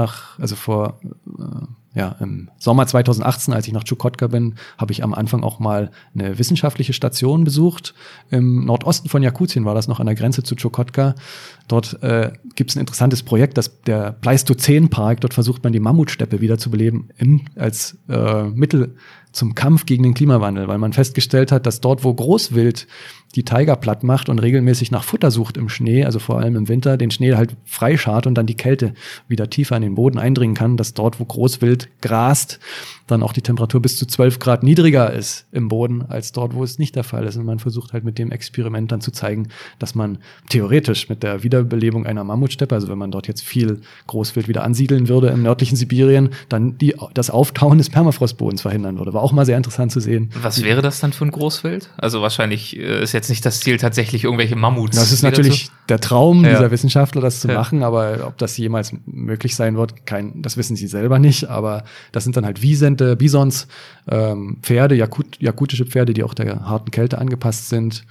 im Sommer 2018, als ich nach Tschukotka bin, habe ich am Anfang auch mal eine wissenschaftliche Station besucht. Im Nordosten von Jakutien war das noch an der Grenze zu Tschukotka. Dort gibt es ein interessantes Projekt, der Pleistozän-Park. Dort versucht man die Mammutsteppe wieder zu beleben als Mittel zum Kampf gegen den Klimawandel, weil man festgestellt hat, dass dort, wo Großwild die Tiger platt macht und regelmäßig nach Futter sucht im Schnee, also vor allem im Winter, den Schnee halt freischart und dann die Kälte wieder tiefer in den Boden eindringen kann, dass dort, wo Großwild grast, dann auch die Temperatur bis zu 12 Grad niedriger ist im Boden, als dort, wo es nicht der Fall ist. Und man versucht halt mit dem Experiment dann zu zeigen, dass man theoretisch mit der Wiederbelebung einer Mammutsteppe, also wenn man dort jetzt viel Großwild wieder ansiedeln würde im nördlichen Sibirien, dann das Auftauen des Permafrostbodens verhindern würde. War auch mal sehr interessant zu sehen. Was wäre das dann für ein Großwild? Also wahrscheinlich ist jetzt nicht das Ziel, tatsächlich irgendwelche Mammuts. Das ist natürlich der Traum dieser Wissenschaftler, das zu machen, aber ob das jemals möglich sein wird, das wissen sie selber nicht. Aber das sind dann halt Wisente, Bisons, Pferde, jakutische Pferde, die auch der harten Kälte angepasst sind.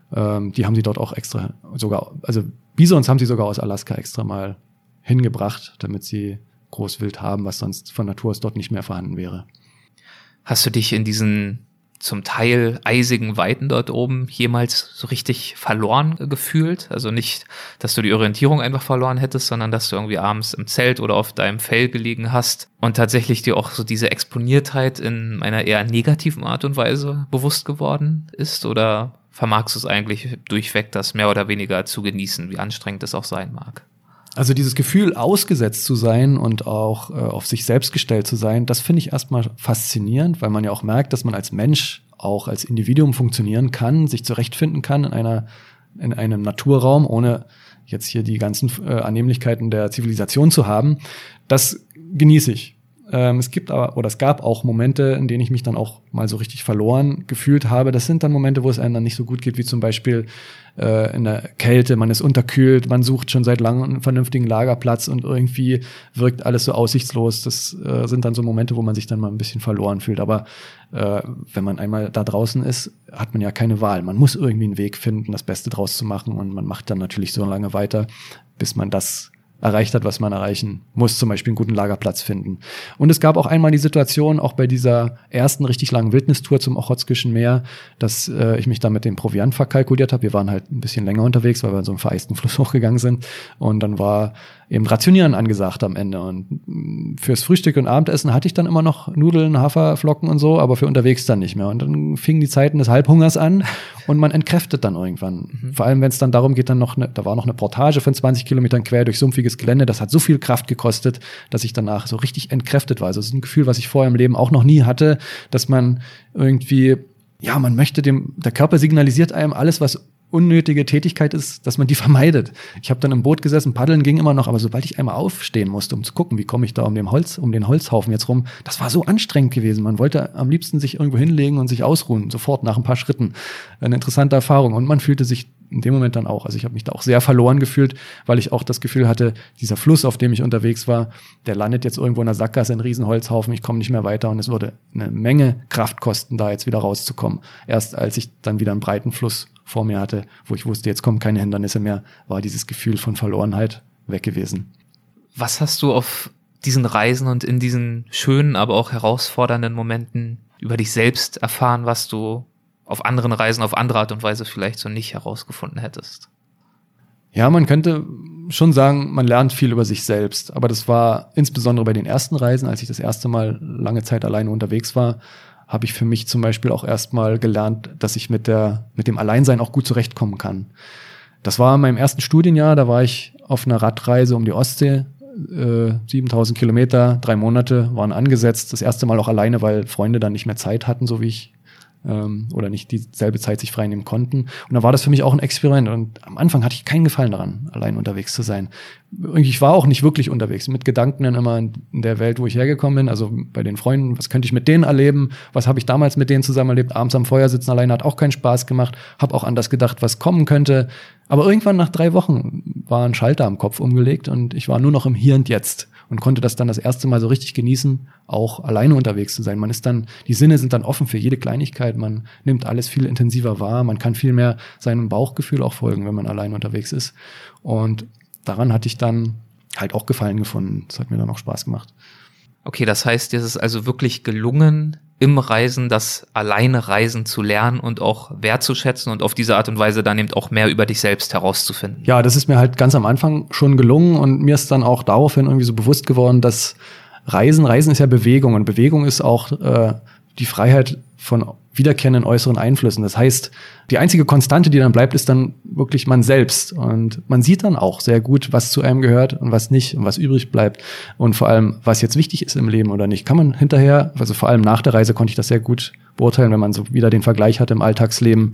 Die haben sie dort auch extra also Bisons haben sie sogar aus Alaska extra mal hingebracht, damit sie Großwild haben, was sonst von Natur aus dort nicht mehr vorhanden wäre. Hast du dich in diesen zum Teil eisigen Weiten dort oben jemals so richtig verloren gefühlt? Also nicht, dass du die Orientierung einfach verloren hättest, sondern dass du irgendwie abends im Zelt oder auf deinem Fell gelegen hast und tatsächlich dir auch so diese Exponiertheit in einer eher negativen Art und Weise bewusst geworden ist? Oder vermagst du es eigentlich durchweg, das mehr oder weniger zu genießen, wie anstrengend es auch sein mag? Also dieses Gefühl, ausgesetzt zu sein und auch auf sich selbst gestellt zu sein, das finde ich erstmal faszinierend, weil man ja auch merkt, dass man als Mensch auch als Individuum funktionieren kann, sich zurechtfinden kann in einem Naturraum, ohne jetzt hier die ganzen Annehmlichkeiten der Zivilisation zu haben. Das genieße ich. Es gab auch Momente, in denen ich mich dann auch mal so richtig verloren gefühlt habe. Das sind dann Momente, wo es einem dann nicht so gut geht, wie zum Beispiel in der Kälte. Man ist unterkühlt, man sucht schon seit langem einen vernünftigen Lagerplatz und irgendwie wirkt alles so aussichtslos. Das sind dann so Momente, wo man sich dann mal ein bisschen verloren fühlt. Aber wenn man einmal da draußen ist, hat man ja keine Wahl. Man muss irgendwie einen Weg finden, das Beste draus zu machen. Und man macht dann natürlich so lange weiter, bis man das erreicht hat, was man erreichen muss, zum Beispiel einen guten Lagerplatz finden. Und es gab auch einmal die Situation, auch bei dieser ersten richtig langen Wildnistour zum Ochotskischen Meer, dass ich mich da mit dem Proviant verkalkuliert habe. Wir waren halt ein bisschen länger unterwegs, weil wir in so einem vereisten Fluss hochgegangen sind. Und dann war eben Rationieren angesagt am Ende. Und fürs Frühstück und Abendessen hatte ich dann immer noch Nudeln, Haferflocken und so, aber für unterwegs dann nicht mehr. Und dann fingen die Zeiten des Halbhungers an und man entkräftet dann irgendwann. Vor allem, wenn es dann darum geht, da war noch eine Portage von 20 Kilometern quer durch sumpfiges Gelände. Das hat so viel Kraft gekostet, dass ich danach so richtig entkräftet war. Also das ist ein Gefühl, was ich vorher im Leben auch noch nie hatte, dass man irgendwie, man möchte der Körper signalisiert einem alles, was unnötige Tätigkeit ist, dass man die vermeidet. Ich habe dann im Boot gesessen, paddeln ging immer noch, aber sobald ich einmal aufstehen musste, um zu gucken, wie komme ich da um den Holzhaufen jetzt rum, das war so anstrengend gewesen. Man wollte am liebsten sich irgendwo hinlegen und sich ausruhen, sofort nach ein paar Schritten. Eine interessante Erfahrung. Und man fühlte sich in dem Moment dann auch, also ich habe mich da auch sehr verloren gefühlt, weil ich auch das Gefühl hatte, dieser Fluss, auf dem ich unterwegs war, der landet jetzt irgendwo in der Sackgasse, ein Riesenholzhaufen, ich komme nicht mehr weiter und es würde eine Menge Kraft kosten, da jetzt wieder rauszukommen. Erst als ich dann wieder einen breiten Fluss vor mir hatte, wo ich wusste, jetzt kommen keine Hindernisse mehr, war dieses Gefühl von Verlorenheit weg gewesen. Was hast du auf diesen Reisen und in diesen schönen, aber auch herausfordernden Momenten über dich selbst erfahren, was du auf anderen Reisen auf andere Art und Weise vielleicht so nicht herausgefunden hättest? Ja, man könnte schon sagen, man lernt viel über sich selbst. Aber das war insbesondere bei den ersten Reisen, als ich das erste Mal lange Zeit alleine unterwegs war, habe ich für mich zum Beispiel auch erstmal gelernt, dass ich mit dem Alleinsein auch gut zurechtkommen kann. Das war in meinem ersten Studienjahr, da war ich auf einer Radreise um die Ostsee 7.000 Kilometer, 3 Monate waren angesetzt. Das erste Mal auch alleine, weil Freunde dann nicht mehr Zeit hatten, so wie ich, oder nicht dieselbe Zeit sich frei nehmen konnten. Und da war das für mich auch ein Experiment. Und am Anfang hatte ich keinen Gefallen daran, allein unterwegs zu sein. Ich war auch nicht wirklich unterwegs, mit Gedanken dann immer in der Welt, wo ich hergekommen bin. Also bei den Freunden, was könnte ich mit denen erleben? Was habe ich damals mit denen zusammen erlebt? Abends am Feuer sitzen alleine hat auch keinen Spaß gemacht. Habe auch anders gedacht, was kommen könnte. Aber irgendwann nach 3 Wochen war ein Schalter am Kopf umgelegt und ich war nur noch im Hier und Jetzt und konnte das dann das erste Mal so richtig genießen, auch alleine unterwegs zu sein. Man ist dann, die Sinne sind dann offen für jede Kleinigkeit. Man nimmt alles viel intensiver wahr. Man kann viel mehr seinem Bauchgefühl auch folgen, wenn man allein unterwegs ist. Und daran hatte ich dann halt auch Gefallen gefunden. Das hat mir dann auch Spaß gemacht. Okay, das heißt, dir ist es also wirklich gelungen, im Reisen das alleine Reisen zu lernen und auch wertzuschätzen und auf diese Art und Weise dann eben auch mehr über dich selbst herauszufinden. Ja, das ist mir halt ganz am Anfang schon gelungen und mir ist dann auch daraufhin irgendwie so bewusst geworden, dass Reisen ist ja Bewegung und Bewegung ist auch die Freiheit von wiederkehrenden äußeren Einflüssen. Das heißt, die einzige Konstante, die dann bleibt, ist dann wirklich man selbst. Und man sieht dann auch sehr gut, was zu einem gehört und was nicht und was übrig bleibt. Und vor allem, was jetzt wichtig ist im Leben oder nicht, kann man hinterher, also vor allem nach der Reise konnte ich das sehr gut beurteilen, wenn man so wieder den Vergleich hat im Alltagsleben.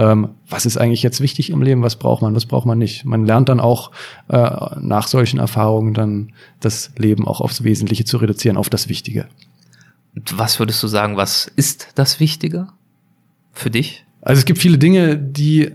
Was ist eigentlich jetzt wichtig im Leben? Was braucht man nicht? Man lernt dann auch nach solchen Erfahrungen dann das Leben auch aufs Wesentliche zu reduzieren, auf das Wichtige. Und was würdest du sagen, was ist das Wichtige für dich? Also es gibt viele Dinge, die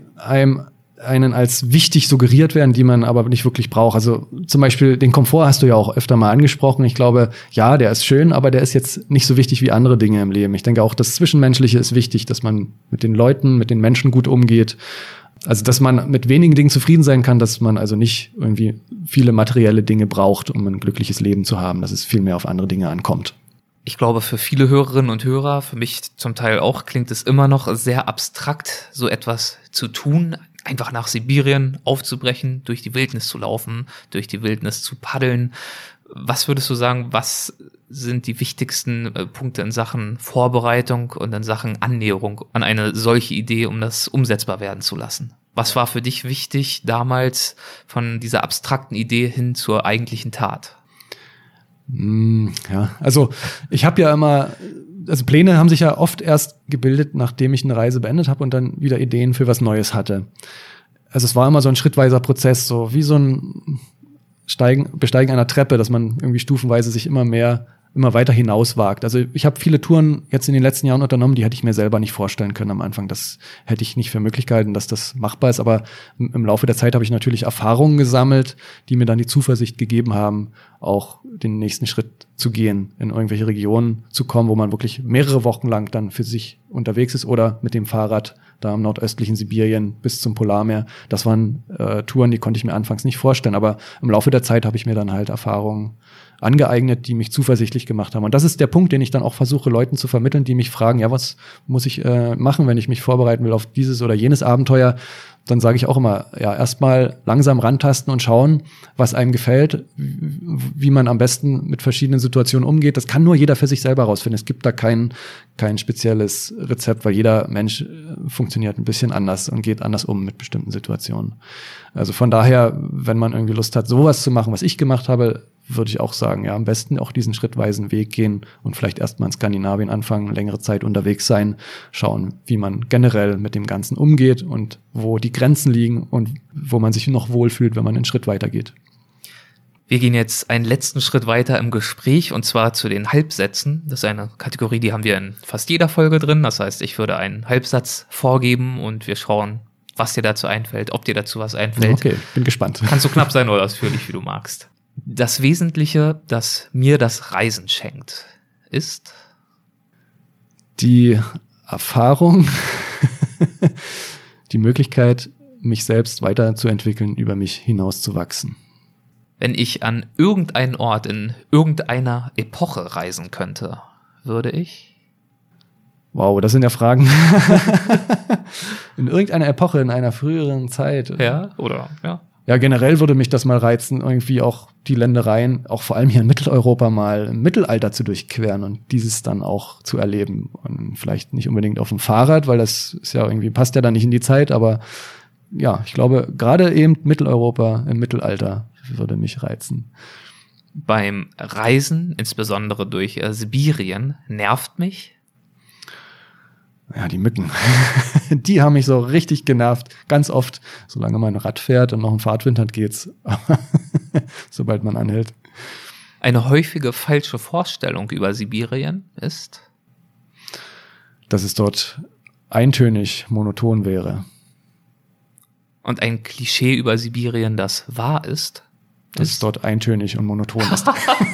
einen als wichtig suggeriert werden, die man aber nicht wirklich braucht. Also zum Beispiel den Komfort hast du ja auch öfter mal angesprochen. Ich glaube, ja, der ist schön, aber der ist jetzt nicht so wichtig wie andere Dinge im Leben. Ich denke auch, das Zwischenmenschliche ist wichtig, dass man mit den Leuten, mit den Menschen gut umgeht. Also, dass man mit wenigen Dingen zufrieden sein kann, dass man also nicht irgendwie viele materielle Dinge braucht, um ein glückliches Leben zu haben, dass es viel mehr auf andere Dinge ankommt. Ich glaube, für viele Hörerinnen und Hörer, für mich zum Teil auch, klingt es immer noch sehr abstrakt, so etwas zu tun, einfach nach Sibirien aufzubrechen, durch die Wildnis zu laufen, durch die Wildnis zu paddeln. Was würdest du sagen, was sind die wichtigsten Punkte in Sachen Vorbereitung und in Sachen Annäherung an eine solche Idee, um das umsetzbar werden zu lassen? Was war für dich wichtig damals von dieser abstrakten Idee hin zur eigentlichen Tat? Ja, also ich habe ja immer, also Pläne haben sich ja oft erst gebildet, nachdem ich eine Reise beendet habe und dann wieder Ideen für was Neues hatte. Also es war immer so ein schrittweiser Prozess, so wie so ein Besteigen einer Treppe, dass man irgendwie stufenweise sich immer weiter hinauswagt. Also ich habe viele Touren jetzt in den letzten Jahren unternommen, die hätte ich mir selber nicht vorstellen können am Anfang. Das hätte ich nicht für möglich gehalten, dass das machbar ist. Aber im Laufe der Zeit habe ich natürlich Erfahrungen gesammelt, die mir dann die Zuversicht gegeben haben, auch den nächsten Schritt zu gehen, in irgendwelche Regionen zu kommen, wo man wirklich mehrere Wochen lang dann für sich unterwegs ist oder mit dem Fahrrad da im nordöstlichen Sibirien bis zum Polarmeer. Das waren Touren, die konnte ich mir anfangs nicht vorstellen. Aber im Laufe der Zeit habe ich mir dann halt Erfahrungen angeeignet, die mich zuversichtlich gemacht haben. Und das ist der Punkt, den ich dann auch versuche, Leuten zu vermitteln, die mich fragen, ja, was muss ich machen, wenn ich mich vorbereiten will auf dieses oder jenes Abenteuer? Dann sage ich auch immer, ja, erstmal langsam rantasten und schauen, was einem gefällt, wie man am besten mit verschiedenen Situationen umgeht. Das kann nur jeder für sich selber rausfinden. Es gibt da kein spezielles Rezept, weil jeder Mensch funktioniert ein bisschen anders und geht anders um mit bestimmten Situationen. Also von daher, wenn man irgendwie Lust hat, sowas zu machen, was ich gemacht habe, würde ich auch sagen, ja, am besten auch diesen schrittweisen Weg gehen und vielleicht erstmal in Skandinavien anfangen, längere Zeit unterwegs sein, schauen, wie man generell mit dem Ganzen umgeht und wo die Grenzen liegen und wo man sich noch wohlfühlt, wenn man einen Schritt weiter geht. Wir gehen jetzt einen letzten Schritt weiter im Gespräch und zwar zu den Halbsätzen. Das ist eine Kategorie, die haben wir in fast jeder Folge drin. Das heißt, ich würde einen Halbsatz vorgeben und wir schauen, was dir dazu einfällt, ob dir dazu was einfällt. Okay, bin gespannt. Kannst so knapp sein oder ausführlich, wie du magst. Das Wesentliche, das mir das Reisen schenkt, ist die Erfahrung, die Möglichkeit, mich selbst weiterzuentwickeln, über mich hinauszuwachsen. Wenn ich an irgendeinen Ort in irgendeiner Epoche reisen könnte, würde ich? Wow, das sind ja Fragen. In irgendeiner Epoche, in einer früheren Zeit. Ja, oder? Ja. Ja, generell würde mich das mal reizen, irgendwie auch die Ländereien, auch vor allem hier in Mitteleuropa mal im Mittelalter zu durchqueren und dieses dann auch zu erleben. Und vielleicht nicht unbedingt auf dem Fahrrad, weil das ist ja irgendwie, passt ja dann nicht in die Zeit, aber ja, ich glaube, gerade eben Mitteleuropa im Mittelalter würde mich reizen. beim Reisen, insbesondere durch Sibirien, nervt mich? Ja, die Mücken. Die haben mich so richtig genervt. Ganz oft, solange man Rad fährt und noch einen Fahrtwind hat, geht's. Sobald man anhält. Eine häufige falsche Vorstellung über Sibirien ist, dass es dort eintönig, monoton wäre. Und ein Klischee über Sibirien, das wahr ist, dass es dort eintönig und monoton ist.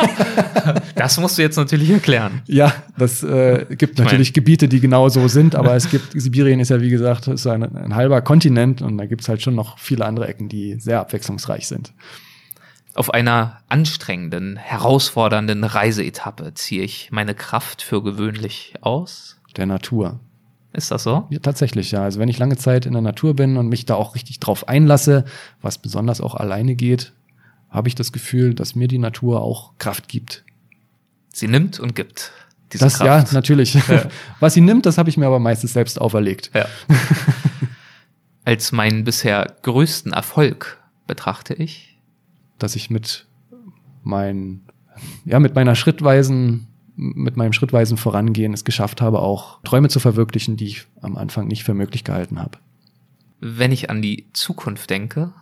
Das musst du jetzt natürlich erklären. Ja, das gibt natürlich Gebiete, die genau so sind, aber Sibirien ist ja, wie gesagt, ist ein halber Kontinent und da gibt's halt schon noch viele andere Ecken, die sehr abwechslungsreich sind. Auf einer anstrengenden, herausfordernden Reiseetappe ziehe ich meine Kraft für gewöhnlich aus? Der Natur. Ist das so? Ja, tatsächlich, ja. Also wenn ich lange Zeit in der Natur bin und mich da auch richtig drauf einlasse, was besonders auch alleine geht, habe ich das Gefühl, dass mir die Natur auch Kraft gibt. Sie nimmt und gibt diese Kraft. Ja, natürlich. Ja. Was sie nimmt, das habe ich mir aber meistens selbst auferlegt. Ja. Als meinen bisher größten Erfolg betrachte ich, dass ich mit meinem schrittweisen Vorangehen es geschafft habe, auch Träume zu verwirklichen, die ich am Anfang nicht für möglich gehalten habe. Wenn ich an die Zukunft denke,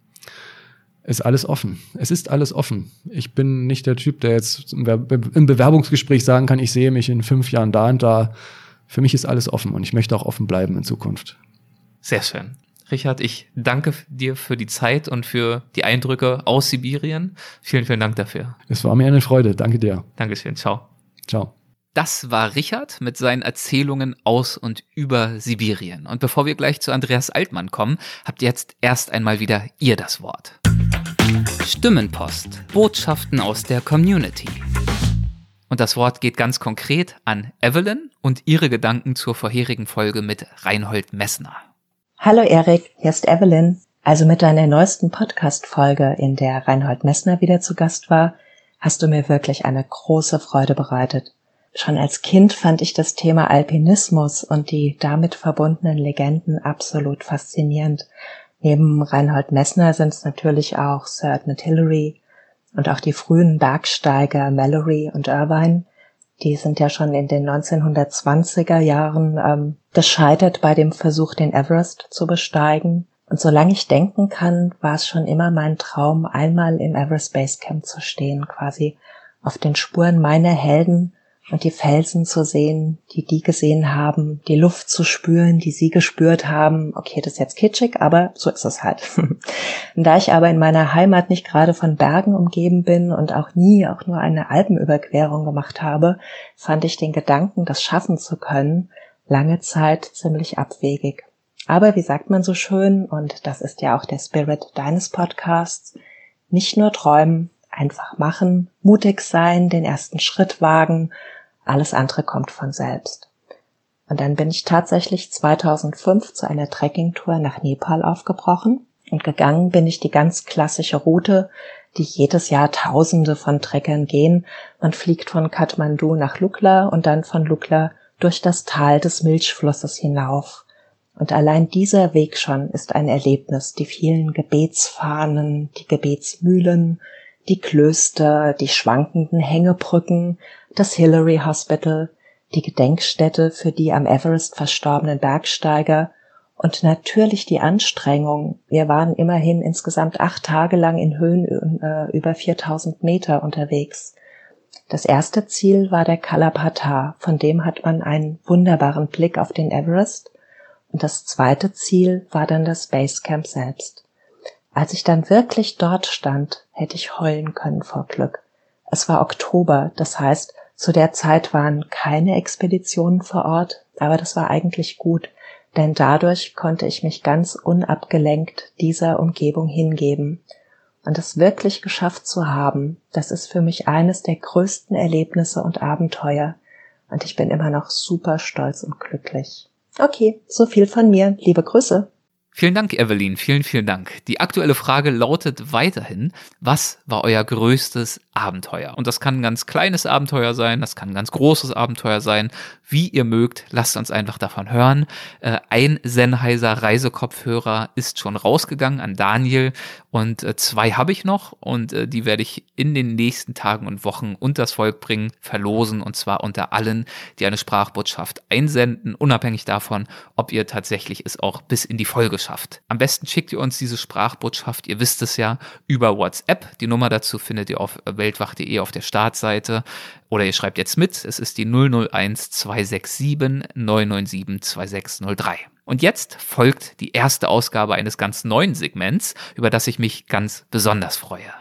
ist alles offen. Es ist alles offen. Ich bin nicht der Typ, der jetzt im Bewerbungsgespräch sagen kann, ich sehe mich in 5 Jahren da und da. Für mich ist alles offen und ich möchte auch offen bleiben in Zukunft. Sehr schön. Richard, ich danke dir für die Zeit und für die Eindrücke aus Sibirien. Vielen, vielen Dank dafür. Es war mir eine Freude. Danke dir. Dankeschön. Ciao. Ciao. Das war Richard mit seinen Erzählungen aus und über Sibirien. Und bevor wir gleich zu Andreas Altmann kommen, habt ihr jetzt erst einmal wieder ihr das Wort. Stimmenpost. Botschaften aus der Community. Und das Wort geht ganz konkret an Evelyn und ihre Gedanken zur vorherigen Folge mit Reinhold Messner. Hallo Erik, hier ist Evelyn. Also mit deiner neuesten Podcast-Folge, in der Reinhold Messner wieder zu Gast war, hast du mir wirklich eine große Freude bereitet. Schon als Kind fand ich das Thema Alpinismus und die damit verbundenen Legenden absolut faszinierend. Neben Reinhold Messner sind es natürlich auch Sir Edmund Hillary und auch die frühen Bergsteiger Mallory und Irvine. Die sind ja schon in den 1920er Jahren gescheitert bei dem Versuch, den Everest zu besteigen. Und solange ich denken kann, war es schon immer mein Traum, einmal im Everest Base Camp zu stehen, quasi auf den Spuren meiner Helden und die Felsen zu sehen, die gesehen haben, die Luft zu spüren, die sie gespürt haben. Okay, das ist jetzt kitschig, aber so ist es halt. Und da ich aber in meiner Heimat nicht gerade von Bergen umgeben bin und auch nie auch nur eine Alpenüberquerung gemacht habe, fand ich den Gedanken, das schaffen zu können, lange Zeit ziemlich abwegig. Aber wie sagt man so schön, und das ist ja auch der Spirit deines Podcasts, nicht nur träumen, einfach machen, mutig sein, den ersten Schritt wagen, alles andere kommt von selbst. Und dann bin ich tatsächlich 2005 zu einer Trekkingtour nach Nepal aufgebrochen und gegangen bin ich die ganz klassische Route, die jedes Jahr Tausende von Trekkern gehen. Man fliegt von Kathmandu nach Lukla und dann von Lukla durch das Tal des Milchflusses hinauf. Und allein dieser Weg schon ist ein Erlebnis. Die vielen Gebetsfahnen, die Gebetsmühlen, die Klöster, die schwankenden Hängebrücken, das Hillary Hospital, die Gedenkstätte für die am Everest verstorbenen Bergsteiger und natürlich die Anstrengung. Wir waren immerhin insgesamt 8 Tage lang in Höhen über 4000 Meter unterwegs. Das erste Ziel war der Kalapatar, von dem hat man einen wunderbaren Blick auf den Everest. Und das zweite Ziel war dann das Basecamp selbst. Als ich dann wirklich dort stand, hätte ich heulen können vor Glück. Es war Oktober, das heißt, zu der Zeit waren keine Expeditionen vor Ort, aber das war eigentlich gut, denn dadurch konnte ich mich ganz unabgelenkt dieser Umgebung hingeben. Und es wirklich geschafft zu haben, das ist für mich eines der größten Erlebnisse und Abenteuer. Und ich bin immer noch super stolz und glücklich. Okay, so viel von mir. Liebe Grüße. Vielen Dank, Evelyn. Vielen, vielen Dank. Die aktuelle Frage lautet weiterhin: Was war euer größtes Abenteuer? Und das kann ein ganz kleines Abenteuer sein, das kann ein ganz großes Abenteuer sein. Wie ihr mögt, lasst uns einfach davon hören. Ein Sennheiser Reisekopfhörer ist schon rausgegangen an Daniel und 2 habe ich noch und die werde ich in den nächsten Tagen und Wochen unters Volk bringen, verlosen, und zwar unter allen, die eine Sprachbotschaft einsenden, unabhängig davon, ob ihr tatsächlich es auch bis in die Folge schafft. Am besten schickt ihr uns diese Sprachbotschaft, ihr wisst es ja, über WhatsApp. Die Nummer dazu findet ihr auf weltwach.de auf der Startseite. Oder ihr schreibt jetzt mit, es ist die 001 267 997 2603. Und jetzt folgt die erste Ausgabe eines ganz neuen Segments, über das ich mich ganz besonders freue.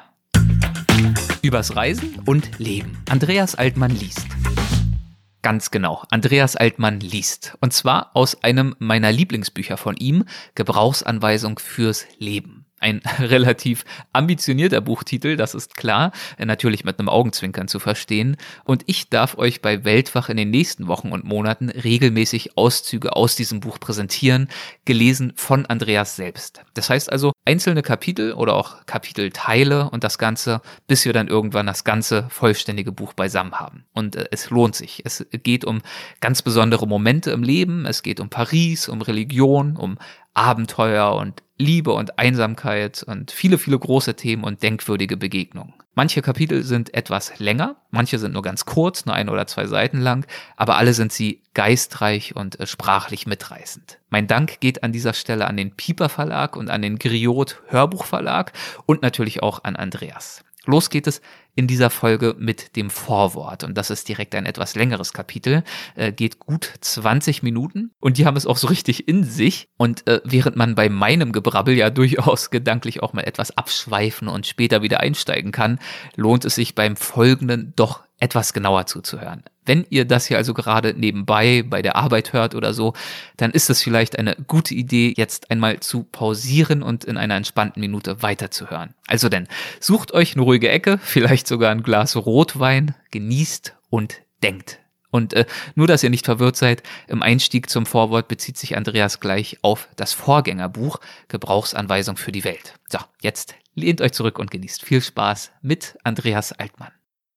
Übers Reisen und Leben. Andreas Altmann liest. Ganz genau, Andreas Altmann liest. Und zwar aus einem meiner Lieblingsbücher von ihm, Gebrauchsanweisung fürs Leben. Ein relativ ambitionierter Buchtitel, das ist klar, natürlich mit einem Augenzwinkern zu verstehen. Und ich darf euch bei Weltwach in den nächsten Wochen und Monaten regelmäßig Auszüge aus diesem Buch präsentieren, gelesen von Andreas selbst. Das heißt also einzelne Kapitel oder auch Kapitelteile und das Ganze, bis wir dann irgendwann das ganze vollständige Buch beisammen haben. Und es lohnt sich. Es geht um ganz besondere Momente im Leben, es geht um Paris, um Religion, um Abenteuer und Liebe und Einsamkeit und viele, viele große Themen und denkwürdige Begegnungen. Manche Kapitel sind etwas länger, manche sind nur ganz kurz, nur 1 oder 2 Seiten lang, aber alle sind sie geistreich und sprachlich mitreißend. Mein Dank geht an dieser Stelle an den Piper Verlag und an den Griot Hörbuchverlag und natürlich auch an Andreas. Los geht es in dieser Folge mit dem Vorwort und das ist direkt ein etwas längeres Kapitel, geht gut 20 Minuten und die haben es auch so richtig in sich und während man bei meinem Gebrabbel ja durchaus gedanklich auch mal etwas abschweifen und später wieder einsteigen kann, lohnt es sich beim Folgenden doch etwas genauer zuzuhören. Wenn ihr das hier also gerade nebenbei bei der Arbeit hört oder so, dann ist es vielleicht eine gute Idee, jetzt einmal zu pausieren und in einer entspannten Minute weiterzuhören. Also denn, sucht euch eine ruhige Ecke, vielleicht sogar ein Glas Rotwein, genießt und denkt. Und nur, dass ihr nicht verwirrt seid, im Einstieg zum Vorwort bezieht sich Andreas gleich auf das Vorgängerbuch Gebrauchsanweisung für die Welt. So, jetzt lehnt euch zurück und genießt viel Spaß mit Andreas Altmann.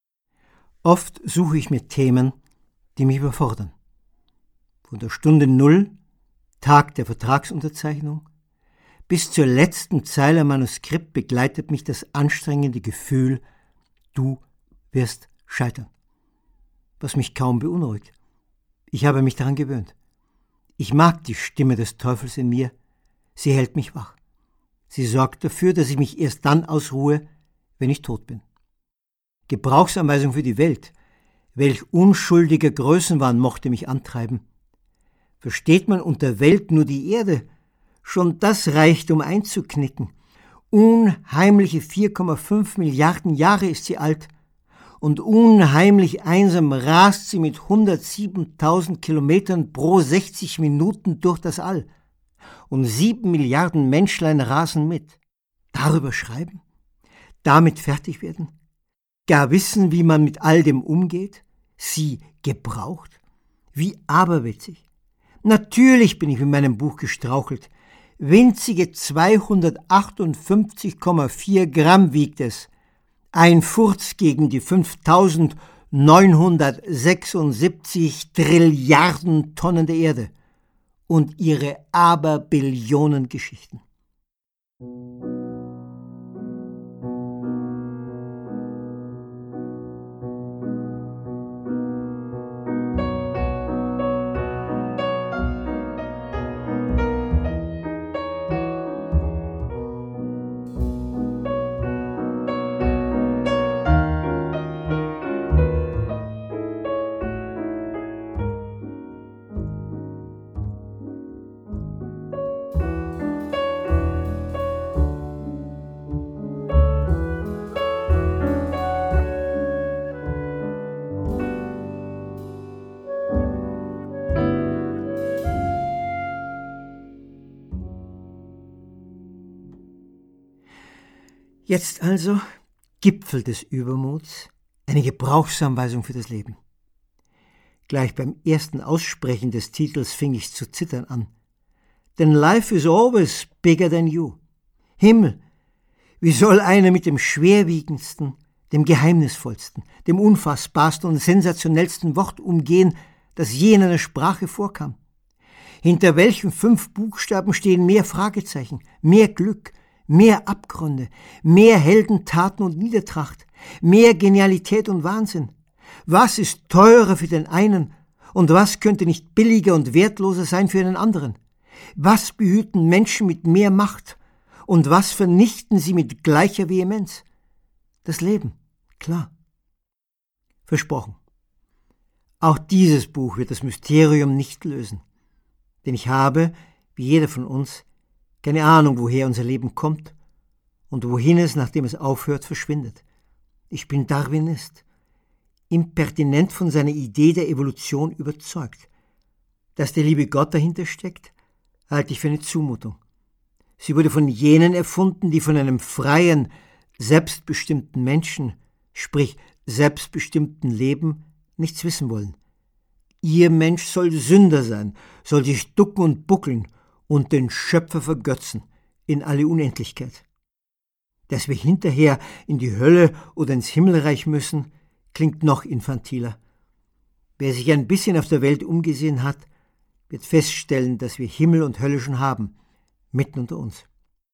Oft suche ich mir Themen, die mich überfordern. Von der Stunde 0, Tag der Vertragsunterzeichnung, bis zur letzten Zeile Manuskript begleitet mich das anstrengende Gefühl, du wirst scheitern. Was mich kaum beunruhigt. Ich habe mich daran gewöhnt. Ich mag die Stimme des Teufels in mir. Sie hält mich wach. Sie sorgt dafür, dass ich mich erst dann ausruhe, wenn ich tot bin. Gebrauchsanweisung für die Welt. Welch unschuldiger Größenwahn mochte mich antreiben. Versteht man unter Welt nur die Erde? Schon das reicht, um einzuknicken. Unheimliche 4,5 Milliarden Jahre ist sie alt. Und unheimlich einsam rast sie mit 107.000 Kilometern pro 60 Minuten durch das All. Und 7 Milliarden Menschlein rasen mit. Darüber schreiben? Damit fertig werden? Gar wissen, wie man mit all dem umgeht? Sie gebraucht? Wie aberwitzig. Natürlich bin ich mit meinem Buch gestrauchelt. Winzige 258,4 Gramm wiegt es. Ein Furz gegen die 5.976 Trilliarden Tonnen der Erde und ihre Aberbillionen Geschichten. Jetzt also Gipfel des Übermuts, eine Gebrauchsanweisung für das Leben. Gleich beim ersten Aussprechen des Titels fing ich zu zittern an. Denn life is always bigger than you. Himmel, wie soll einer mit dem schwerwiegendsten, dem geheimnisvollsten, dem unfassbarsten und sensationellsten Wort umgehen, das je in einer Sprache vorkam? Hinter welchen 5 Buchstaben stehen mehr Fragezeichen, mehr Glück, mehr Abgründe, mehr Heldentaten und Niedertracht, mehr Genialität und Wahnsinn? Was ist teurer für den einen und was könnte nicht billiger und wertloser sein für einen anderen? Was behüten Menschen mit mehr Macht und was vernichten sie mit gleicher Vehemenz? Das Leben, klar. Versprochen. Auch dieses Buch wird das Mysterium nicht lösen. Denn ich habe, wie jeder von uns, keine Ahnung, woher unser Leben kommt und wohin es, nachdem es aufhört, verschwindet. Ich bin Darwinist, impertinent von seiner Idee der Evolution überzeugt. Dass der liebe Gott dahinter steckt, halte ich für eine Zumutung. Sie wurde von jenen erfunden, die von einem freien, selbstbestimmten Menschen, sprich selbstbestimmten Leben, nichts wissen wollen. Ihr Mensch soll Sünder sein, soll sich ducken und buckeln und den Schöpfer vergötzen in alle Unendlichkeit. Dass wir hinterher in die Hölle oder ins Himmelreich müssen, klingt noch infantiler. Wer sich ein bisschen auf der Welt umgesehen hat, wird feststellen, dass wir Himmel und Hölle schon haben, mitten unter uns.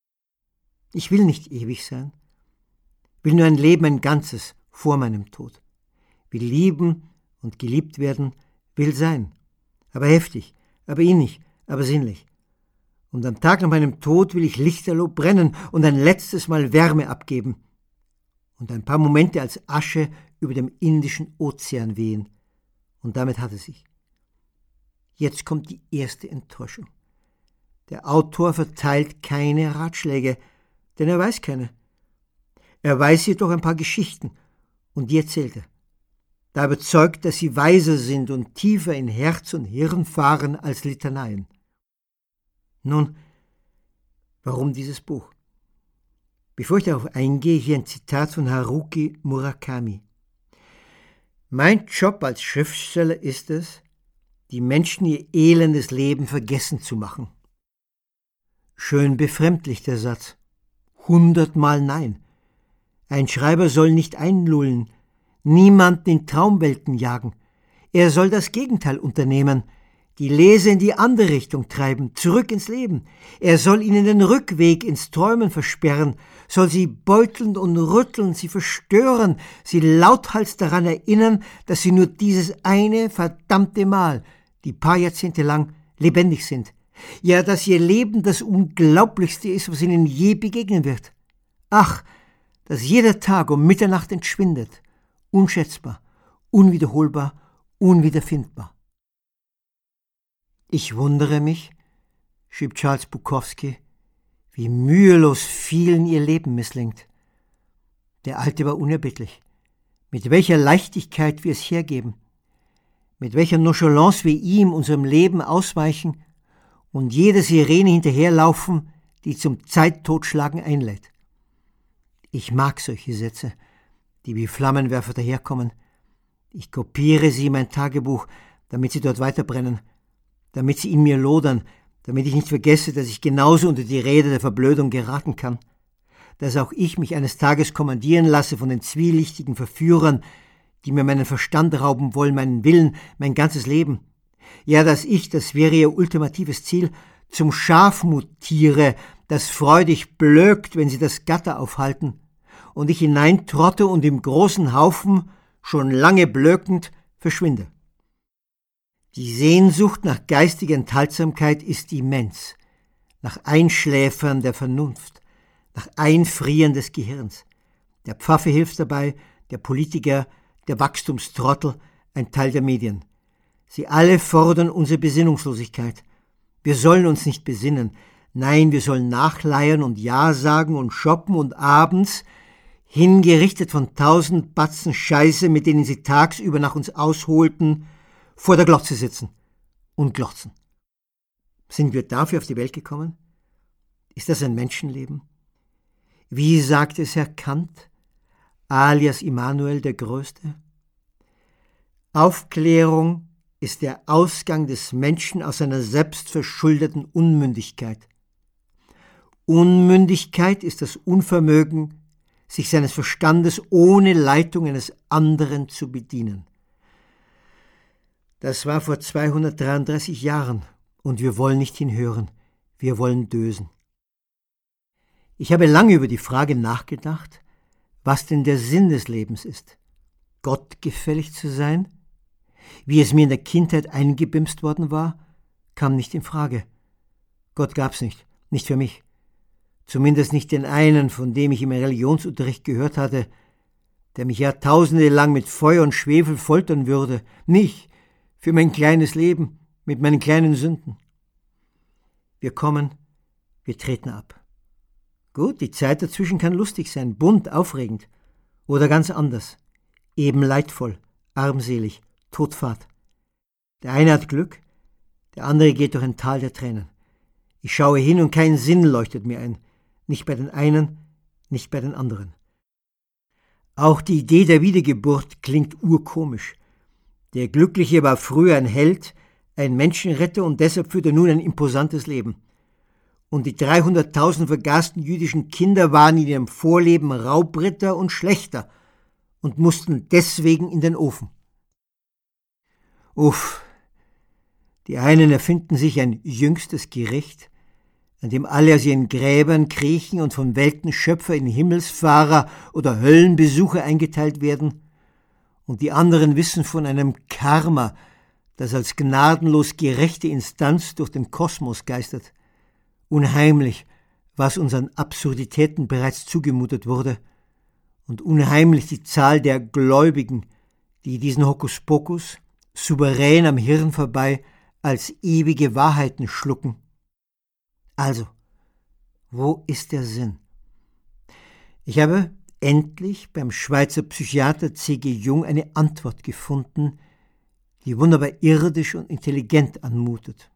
Ich will nicht ewig sein, will nur ein Leben, ein Ganzes, vor meinem Tod. Will lieben und geliebt werden, will sein, aber heftig, aber innig, aber sinnlich. Und am Tag nach meinem Tod will ich lichterloh brennen und ein letztes Mal Wärme abgeben und ein paar Momente als Asche über dem Indischen Ozean wehen. Und damit hat es sich. Jetzt kommt die erste Enttäuschung. Der Autor verteilt keine Ratschläge, denn er weiß keine. Er weiß jedoch ein paar Geschichten und die erzählt er. Da überzeugt, dass sie weiser sind und tiefer in Herz und Hirn fahren als Litaneien. Nun, warum dieses Buch? Bevor ich darauf eingehe, hier ein Zitat von Haruki Murakami. Mein Job als Schriftsteller ist es, die Menschen ihr elendes Leben vergessen zu machen. Schön befremdlich der Satz. 100-mal nein. Ein Schreiber soll nicht einlullen, niemanden in Traumwelten jagen. Er soll das Gegenteil unternehmen, die Leser in die andere Richtung treiben, zurück ins Leben. Er soll ihnen den Rückweg ins Träumen versperren, soll sie beuteln und rütteln, sie verstören, sie lauthals daran erinnern, dass sie nur dieses eine verdammte Mal, die paar Jahrzehnte lang, lebendig sind. Ja, dass ihr Leben das Unglaublichste ist, was ihnen je begegnen wird. Ach, dass jeder Tag um Mitternacht entschwindet, unschätzbar, unwiederholbar, unwiederfindbar. Ich wundere mich, schrieb Charles Bukowski, wie mühelos vielen ihr Leben misslingt. Der Alte war unerbittlich. Mit welcher Leichtigkeit wir es hergeben, mit welcher Nonchalance wir ihm, unserem Leben, ausweichen und jeder Sirene hinterherlaufen, die zum Zeittotschlagen einlädt. Ich mag solche Sätze, die wie Flammenwerfer daherkommen. Ich kopiere sie in mein Tagebuch, damit sie dort weiterbrennen, damit sie in mir lodern, damit ich nicht vergesse, dass ich genauso unter die Räder der Verblödung geraten kann, dass auch ich mich eines Tages kommandieren lasse von den zwielichtigen Verführern, die mir meinen Verstand rauben wollen, meinen Willen, mein ganzes Leben. Ja, dass ich, das wäre ihr ultimatives Ziel, zum Schaf mutiere, das freudig blökt, wenn sie das Gatter aufhalten, und ich hineintrotte und im großen Haufen, schon lange blökend, verschwinde. Die Sehnsucht nach geistiger Enthaltsamkeit ist immens, nach Einschläfern der Vernunft, nach Einfrieren des Gehirns. Der Pfaffe hilft dabei, der Politiker, der Wachstumstrottel, ein Teil der Medien. Sie alle fordern unsere Besinnungslosigkeit. Wir sollen uns nicht besinnen. Nein, wir sollen nachleiern und Ja sagen und shoppen und abends, hingerichtet von 1000 Batzen Scheiße, mit denen sie tagsüber nach uns ausholten, vor der Glotze sitzen und glotzen. Sind wir dafür auf die Welt gekommen? Ist das ein Menschenleben? Wie sagt es Herr Kant, alias Immanuel der Größte? Aufklärung ist der Ausgang des Menschen aus seiner selbstverschuldeten Unmündigkeit. Unmündigkeit ist das Unvermögen, sich seines Verstandes ohne Leitung eines anderen zu bedienen. Das war vor 233 Jahren und wir wollen nicht hinhören, wir wollen dösen. Ich habe lange über die Frage nachgedacht, was denn der Sinn des Lebens ist. Gottgefällig zu sein, wie es mir in der Kindheit eingebimst worden war, kam nicht in Frage. Gott gab's nicht für mich. Zumindest nicht den einen, von dem ich im Religionsunterricht gehört hatte, der mich Jahrtausende lang mit Feuer und Schwefel foltern würde. Nicht für mein kleines Leben mit meinen kleinen Sünden. Wir kommen, wir treten ab. Gut, die Zeit dazwischen kann lustig sein, bunt, aufregend oder ganz anders, eben leidvoll, armselig, Todfahrt. Der eine hat Glück, der andere geht durch ein Tal der Tränen. Ich schaue hin und kein Sinn leuchtet mir ein, nicht bei den einen, nicht bei den anderen. Auch die Idee der Wiedergeburt klingt urkomisch. Der Glückliche war früher ein Held, ein Menschenretter und deshalb führt er nun ein imposantes Leben. Und die 300.000 vergasten jüdischen Kinder waren in ihrem Vorleben Raubritter und Schlächter und mussten deswegen in den Ofen. Uff, die einen erfinden sich ein jüngstes Gericht, an dem alle aus ihren Gräbern kriechen und vom Weltenschöpfer in Himmelsfahrer oder Höllenbesucher eingeteilt werden, und die anderen wissen von einem Karma, das als gnadenlos gerechte Instanz durch den Kosmos geistert. Unheimlich, was unseren Absurditäten bereits zugemutet wurde, und unheimlich die Zahl der Gläubigen, die diesen Hokuspokus souverän am Hirn vorbei als ewige Wahrheiten schlucken. Also, wo ist der Sinn? Ich habe endlich beim Schweizer Psychiater C.G. Jung eine Antwort gefunden, die wunderbar irdisch und intelligent anmutet.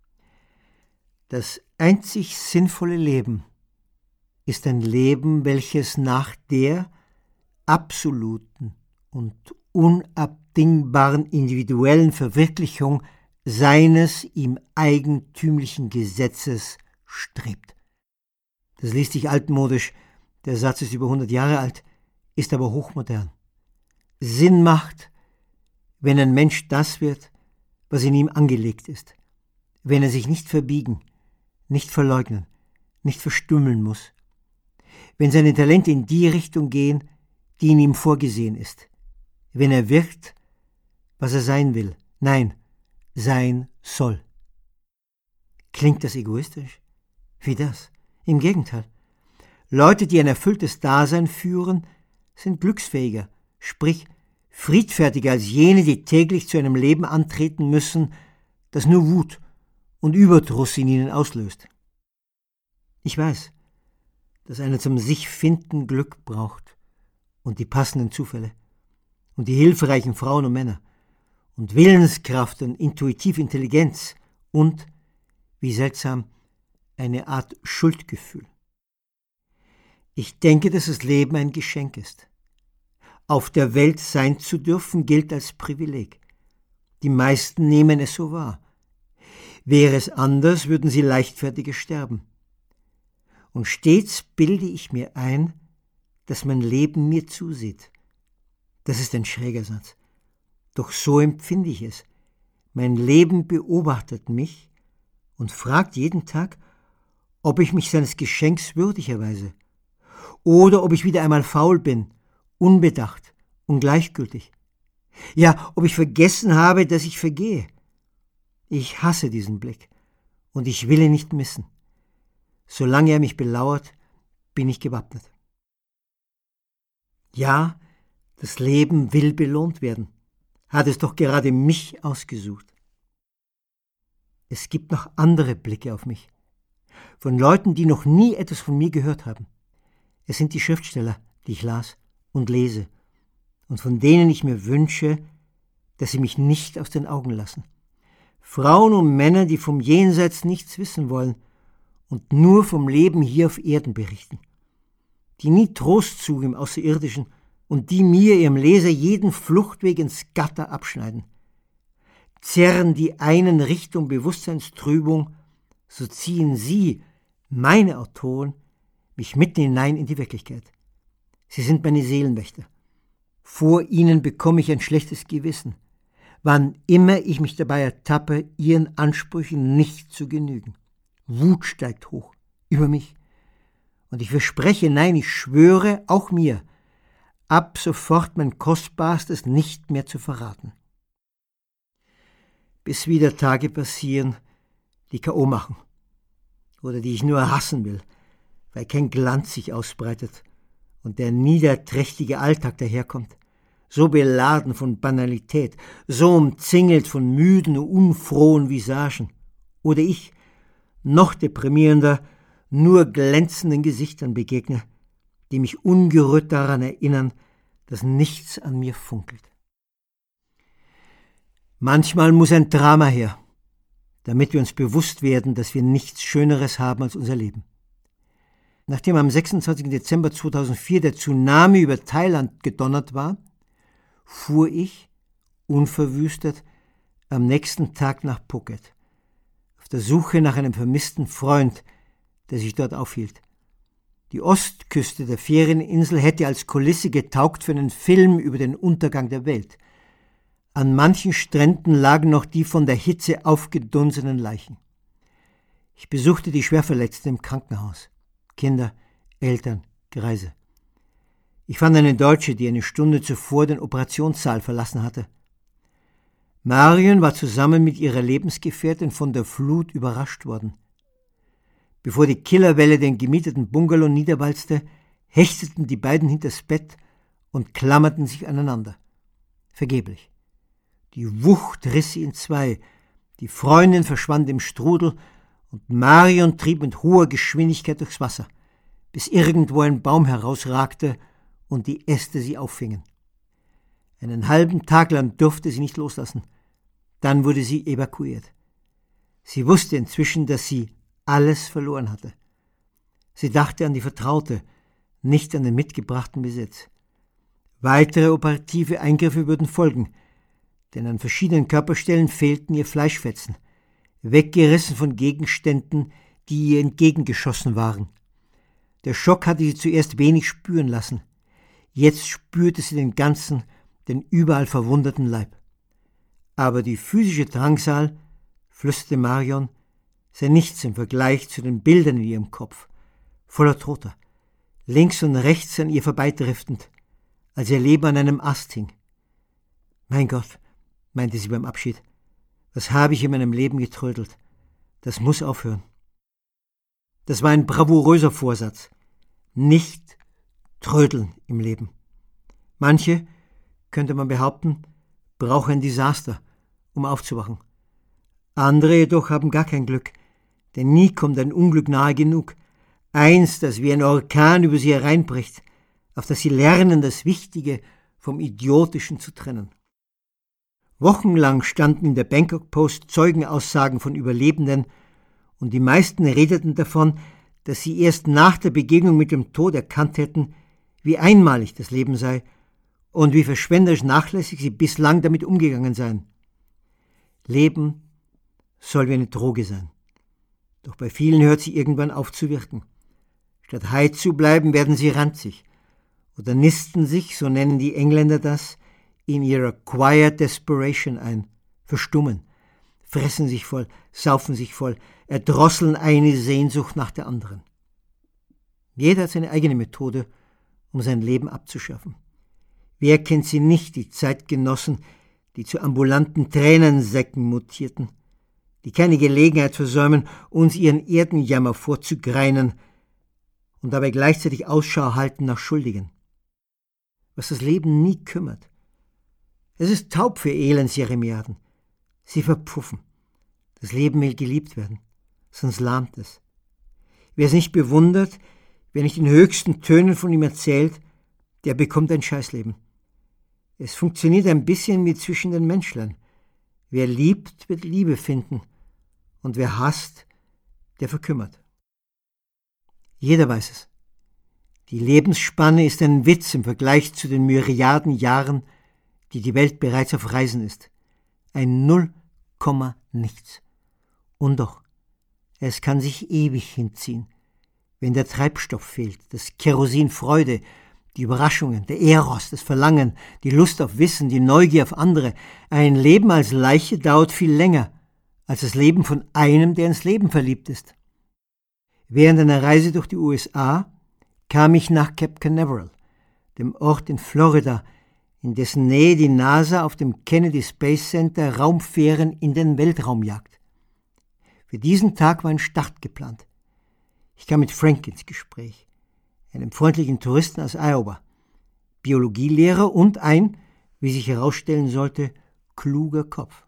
Das einzig sinnvolle Leben ist ein Leben, welches nach der absoluten und unabdingbaren individuellen Verwirklichung seines ihm eigentümlichen Gesetzes strebt. Das liest sich altmodisch, der Satz ist über 100 Jahre alt, ist aber hochmodern. Sinn macht, wenn ein Mensch das wird, was in ihm angelegt ist, wenn er sich nicht verbiegen, nicht verleugnen, nicht verstümmeln muss, wenn seine Talente in die Richtung gehen, die in ihm vorgesehen ist, wenn er wird, was er sein will, nein, sein soll. Klingt das egoistisch? Wie das? Im Gegenteil. Leute, die ein erfülltes Dasein führen, sind glücksfähiger, sprich friedfertiger als jene, die täglich zu einem Leben antreten müssen, das nur Wut und Überdruss in ihnen auslöst. Ich weiß, dass einer zum Sich-Finden Glück braucht und die passenden Zufälle und die hilfreichen Frauen und Männer und Willenskraft und intuitive Intelligenz und, wie seltsam, eine Art Schuldgefühl. Ich denke, dass das Leben ein Geschenk ist. Auf der Welt sein zu dürfen, gilt als Privileg. Die meisten nehmen es so wahr. Wäre es anders, würden sie leichtfertiger sterben. Und stets bilde ich mir ein, dass mein Leben mir zusieht. Das ist ein schräger Satz. Doch so empfinde ich es. Mein Leben beobachtet mich und fragt jeden Tag, ob ich mich seines Geschenks würdig erweise oder ob ich wieder einmal faul bin, unbedacht und gleichgültig. Ja, ob ich vergessen habe, dass ich vergehe. Ich hasse diesen Blick und ich will ihn nicht missen. Solange er mich belauert, bin ich gewappnet. Ja, das Leben will belohnt werden, hat es doch gerade mich ausgesucht. Es gibt noch andere Blicke auf mich, von Leuten, die noch nie etwas von mir gehört haben. Es sind die Schriftsteller, die ich las und lese und von denen ich mir wünsche, dass sie mich nicht aus den Augen lassen. Frauen und Männer, die vom Jenseits nichts wissen wollen und nur vom Leben hier auf Erden berichten, die nie Trost suchen im Außerirdischen und die mir, ihrem Leser, jeden Fluchtweg ins Gatter abschneiden. zerren die einen Richtung Bewusstseinstrübung, so ziehen sie, meine Autoren, mich mitten hinein in die Wirklichkeit. Sie sind meine Seelenwächter. Vor ihnen bekomme ich ein schlechtes Gewissen, wann immer ich mich dabei ertappe, ihren Ansprüchen nicht zu genügen. Wut steigt hoch über mich. Und ich verspreche, nein, ich schwöre auch mir, ab sofort mein Kostbarstes nicht mehr zu verraten. Bis wieder Tage passieren, die K.O. machen oder die ich nur hassen will, weil kein Glanz sich ausbreitet und der niederträchtige Alltag daherkommt, so beladen von Banalität, so umzingelt von müden und unfrohen Visagen. Oder ich, noch deprimierender, nur glänzenden Gesichtern begegne, die mich ungerührt daran erinnern, dass nichts an mir funkelt. Manchmal muss ein Drama her, damit wir uns bewusst werden, dass wir nichts Schöneres haben als unser Leben. Nachdem am 26. Dezember 2004 der Tsunami über Thailand gedonnert war, fuhr ich, unverwüstet, am nächsten Tag nach Phuket, auf der Suche nach einem vermissten Freund, der sich dort aufhielt. Die Ostküste der Ferieninsel hätte als Kulisse getaugt für einen Film über den Untergang der Welt. An manchen Stränden lagen noch die von der Hitze aufgedunsenen Leichen. Ich besuchte die Schwerverletzten im Krankenhaus. Kinder, Eltern, Greise. Ich fand eine Deutsche, die eine Stunde zuvor den Operationssaal verlassen hatte. Marion war zusammen mit ihrer Lebensgefährtin von der Flut überrascht worden. Bevor die Killerwelle den gemieteten Bungalow niederwalzte, hechteten die beiden hinters Bett und klammerten sich aneinander. Vergeblich. Die Wucht riss sie in zwei, die Freundin verschwand im Strudel und Marion trieb mit hoher Geschwindigkeit durchs Wasser, bis irgendwo ein Baum herausragte und die Äste sie auffingen. Einen halben Tag lang durfte sie nicht loslassen. Dann wurde sie evakuiert. Sie wusste inzwischen, dass sie alles verloren hatte. Sie dachte an die Vertraute, nicht an den mitgebrachten Besitz. Weitere operative Eingriffe würden folgen, denn an verschiedenen Körperstellen fehlten ihr Fleischfetzen, weggerissen von Gegenständen, die ihr entgegengeschossen waren. Der Schock hatte sie zuerst wenig spüren lassen. Jetzt spürte sie den ganzen, den überall verwundeten Leib. Aber die physische Drangsal, flüsterte Marion, sei nichts im Vergleich zu den Bildern in ihrem Kopf, voller Toter, links und rechts an ihr vorbeidriftend, als ihr Leben an einem Ast hing. Mein Gott, meinte sie beim Abschied, was habe ich in meinem Leben getrödelt? Das muss aufhören. Das war ein bravouröser Vorsatz. Nicht trödeln im Leben. Manche, könnte man behaupten, brauchen ein Desaster, um aufzuwachen. Andere jedoch haben gar kein Glück, denn nie kommt ein Unglück nahe genug. Eins, das wie ein Orkan über sie hereinbricht, auf das sie lernen, das Wichtige vom Idiotischen zu trennen. Wochenlang standen in der Bangkok Post Zeugenaussagen von Überlebenden und die meisten redeten davon, dass sie erst nach der Begegnung mit dem Tod erkannt hätten, wie einmalig das Leben sei und wie verschwenderisch nachlässig sie bislang damit umgegangen seien. Leben soll wie eine Droge sein. Doch bei vielen hört sie irgendwann auf zu wirken. Statt high zu bleiben, werden sie ranzig oder nisten sich, so nennen die Engländer das, in ihrer Quiet Desperation ein, verstummen, fressen sich voll, saufen sich voll, erdrosseln eine Sehnsucht nach der anderen. Jeder hat seine eigene Methode, um sein Leben abzuschaffen. Wer kennt sie nicht, die Zeitgenossen, die zu ambulanten Tränensäcken mutierten, die keine Gelegenheit versäumen, uns ihren Erdenjammer vorzugreinen und dabei gleichzeitig Ausschau halten nach Schuldigen. Was das Leben nie kümmert. Es ist taub für Elendsjeremiaden. Sie verpuffen. Das Leben will geliebt werden, sonst lahmt es. Wer es nicht bewundert, wer nicht in höchsten Tönen von ihm erzählt, der bekommt ein Scheißleben. Es funktioniert ein bisschen wie zwischen den Menschlein. Wer liebt, wird Liebe finden. Und wer hasst, der verkümmert. Jeder weiß es. Die Lebensspanne ist ein Witz im Vergleich zu den Myriaden Jahren, die die Welt bereits auf Reisen ist. Ein nichts. Und doch, es kann sich ewig hinziehen, wenn der Treibstoff fehlt, das Kerosin Freude, die Überraschungen, der Eros, das Verlangen, die Lust auf Wissen, die Neugier auf andere. Ein Leben als Leiche dauert viel länger als das Leben von einem, der ins Leben verliebt ist. Während einer Reise durch die USA kam ich nach Cape Canaveral, dem Ort in Florida, in dessen Nähe die NASA auf dem Kennedy Space Center Raumfähren in den Weltraum jagt. Für diesen Tag war ein Start geplant. Ich kam mit Frank ins Gespräch, einem freundlichen Touristen aus Iowa, Biologielehrer und ein, wie sich herausstellen sollte, kluger Kopf.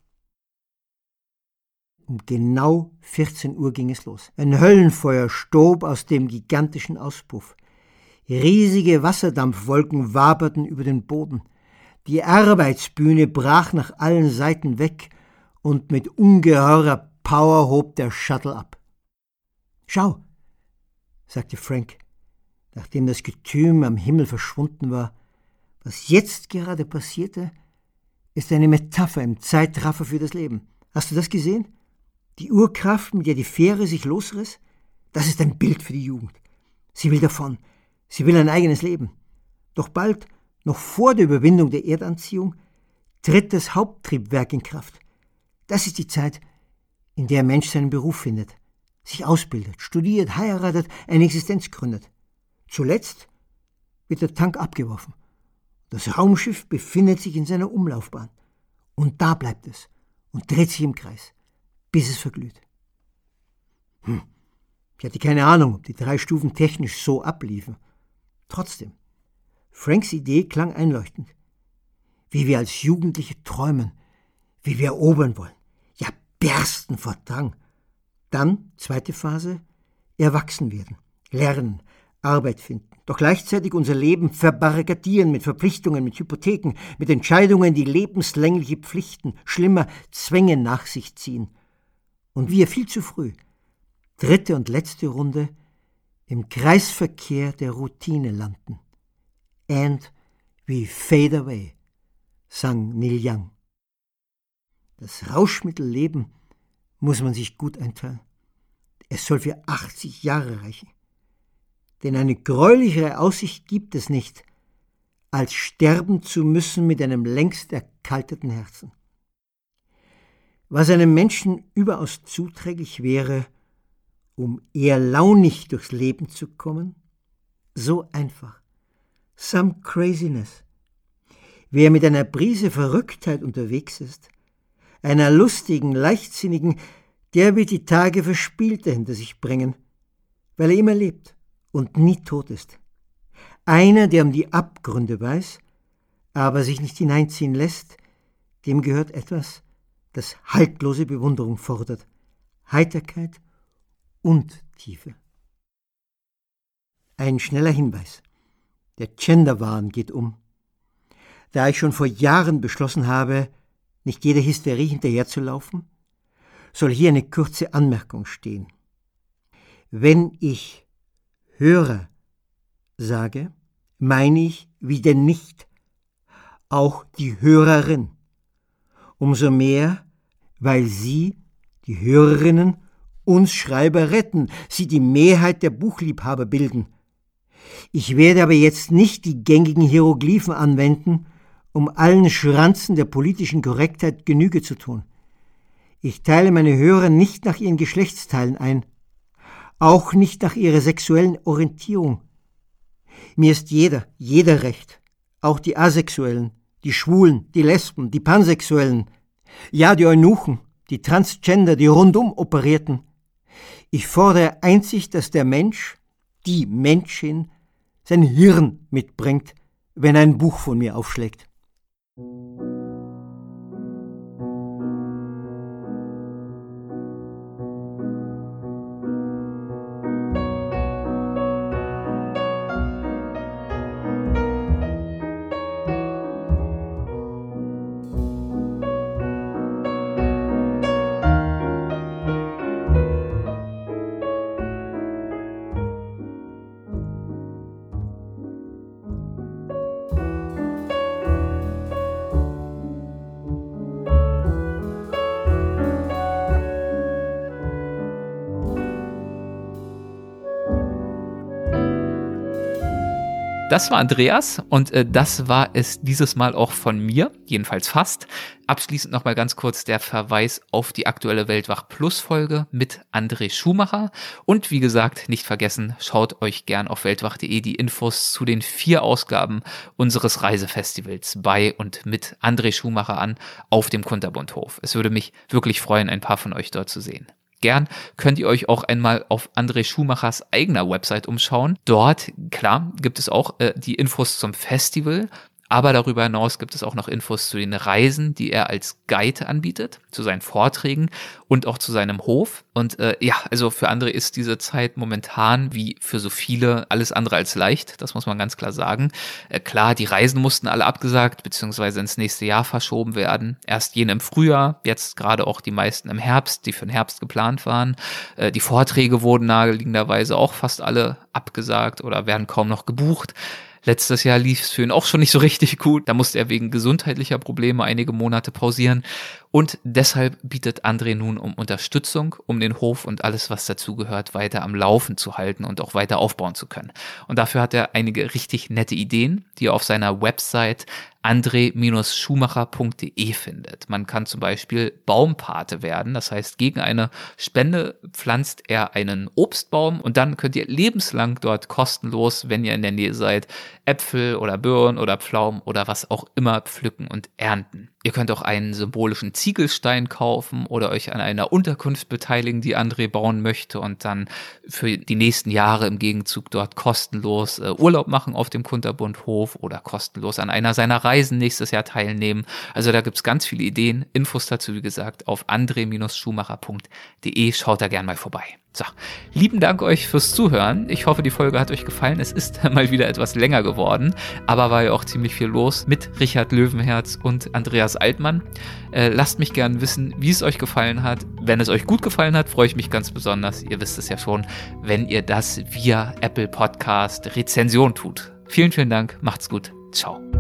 Um genau 14 Uhr ging es los. Ein Höllenfeuer stob aus dem gigantischen Auspuff. Riesige Wasserdampfwolken waberten über den Boden. Die Arbeitsbühne brach nach allen Seiten weg und mit ungeheurer Power hob der Shuttle ab. »Schau«, sagte Frank, nachdem das Getüm am Himmel verschwunden war, »was jetzt gerade passierte, ist eine Metapher im Zeitraffer für das Leben. Hast du das gesehen? Die Urkraft, mit der die Fähre sich losriss? Das ist ein Bild für die Jugend. Sie will davon. Sie will ein eigenes Leben. Doch bald, noch vor der Überwindung der Erdanziehung, tritt das Haupttriebwerk in Kraft. Das ist die Zeit, in der ein Mensch seinen Beruf findet, sich ausbildet, studiert, heiratet, eine Existenz gründet. Zuletzt wird der Tank abgeworfen. Das Raumschiff befindet sich in seiner Umlaufbahn. Und da bleibt es und dreht sich im Kreis, bis es verglüht. Ich hatte keine Ahnung, ob die 3 Stufen technisch so abliefen. Trotzdem, Franks Idee klang einleuchtend. Wie wir als Jugendliche träumen, wie wir erobern wollen, ja bersten vor Drang. Dann, zweite Phase, erwachsen werden, lernen, Arbeit finden, doch gleichzeitig unser Leben verbarrikadieren mit Verpflichtungen, mit Hypotheken, mit Entscheidungen, die lebenslängliche Pflichten, schlimmer Zwänge nach sich ziehen. Und wir viel zu früh, dritte und letzte Runde, im Kreisverkehr der Routine landen. And we fade away, sang Neil Young. Das Rauschmittel Leben muss man sich gut einteilen. Es soll für 80 Jahre reichen. Denn eine greulichere Aussicht gibt es nicht, als sterben zu müssen mit einem längst erkalteten Herzen. Was einem Menschen überaus zuträglich wäre, um eher launig durchs Leben zu kommen, so einfach. Some craziness. Wer mit einer Prise Verrücktheit unterwegs ist, einer lustigen, leichtsinnigen, der wird die Tage verspielter hinter sich bringen, weil er immer lebt und nie tot ist. Einer, der um die Abgründe weiß, aber sich nicht hineinziehen lässt, dem gehört etwas, das haltlose Bewunderung fordert, Heiterkeit und Tiefe. Ein schneller Hinweis. Der Genderwahn geht um. Da ich schon vor Jahren beschlossen habe, nicht jeder Hysterie hinterherzulaufen, soll hier eine kurze Anmerkung stehen. Wenn ich Hörer sage, meine ich wie denn nicht auch die Hörerin. Umso mehr, weil sie, die Hörerinnen, uns Schreiber retten, sie die Mehrheit der Buchliebhaber bilden. Ich werde aber jetzt nicht die gängigen Hieroglyphen anwenden, um allen Schranzen der politischen Korrektheit Genüge zu tun. Ich teile meine Hörer nicht nach ihren Geschlechtsteilen ein, auch nicht nach ihrer sexuellen Orientierung. Mir ist jeder recht, auch die Asexuellen, die Schwulen, die Lesben, die Pansexuellen, ja die Eunuchen, die Transgender, die rundum Operierten. Ich fordere einzig, dass der Mensch, die Menschin, sein Hirn mitbringt, wenn er ein Buch von mir aufschlägt. das war Andreas und das war es dieses Mal auch von mir, jedenfalls fast. Abschließend nochmal ganz kurz der Verweis auf die aktuelle Weltwach-Plus-Folge mit André Schumacher. Und wie gesagt, nicht vergessen, schaut euch gern auf weltwach.de die Infos zu den 4 Ausgaben unseres Reisefestivals bei und mit André Schumacher an auf dem Kunterbundhof. Es würde mich wirklich freuen, ein paar von euch dort zu sehen. Gern könnt ihr euch auch einmal auf André Schumachers eigener Website umschauen. Dort, klar, gibt es auch die Infos zum Festival, aber darüber hinaus gibt es auch noch Infos zu den Reisen, die er als Guide anbietet, zu seinen Vorträgen und auch zu seinem Hof. Und also für André ist diese Zeit momentan, wie für so viele, alles andere als leicht. Das muss man ganz klar sagen. Klar, die Reisen mussten alle abgesagt bzw. ins nächste Jahr verschoben werden. Erst jene im Frühjahr, jetzt gerade auch die meisten im Herbst, die für den Herbst geplant waren. Die Vorträge wurden naheliegenderweise auch fast alle abgesagt oder werden kaum noch gebucht. Letztes Jahr lief es für ihn auch schon nicht so richtig gut. Da musste er wegen gesundheitlicher Probleme einige Monate pausieren. Und deshalb bietet André nun um Unterstützung, um den Hof und alles, was dazugehört, weiter am Laufen zu halten und auch weiter aufbauen zu können. Und dafür hat er einige richtig nette Ideen, die er auf seiner Website andre-schumacher.de findet. Man kann zum Beispiel Baumpate werden, das heißt, gegen eine Spende pflanzt er einen Obstbaum und dann könnt ihr lebenslang dort kostenlos, wenn ihr in der Nähe seid, Äpfel oder Birnen oder Pflaumen oder was auch immer pflücken und ernten. Ihr könnt auch einen symbolischen Ziegelstein kaufen oder euch an einer Unterkunft beteiligen, die André bauen möchte und dann für die nächsten Jahre im Gegenzug dort kostenlos Urlaub machen auf dem Kunterbundhof oder kostenlos an einer seiner Reisen nächstes Jahr teilnehmen. Also da gibt's ganz viele Ideen. Infos dazu, wie gesagt, auf andre-schumacher.de. Schaut da gern mal vorbei. So, lieben Dank euch fürs Zuhören. Ich hoffe, die Folge hat euch gefallen. Es ist mal wieder etwas länger geworden, aber war ja auch ziemlich viel los mit Richard Löwenherz und Andreas Altmann. Lasst mich gerne wissen, wie es euch gefallen hat. Wenn es euch gut gefallen hat, freue ich mich ganz besonders. Ihr wisst es ja schon, wenn ihr das via Apple Podcast Rezension tut. Vielen, vielen Dank. Macht's gut. Ciao.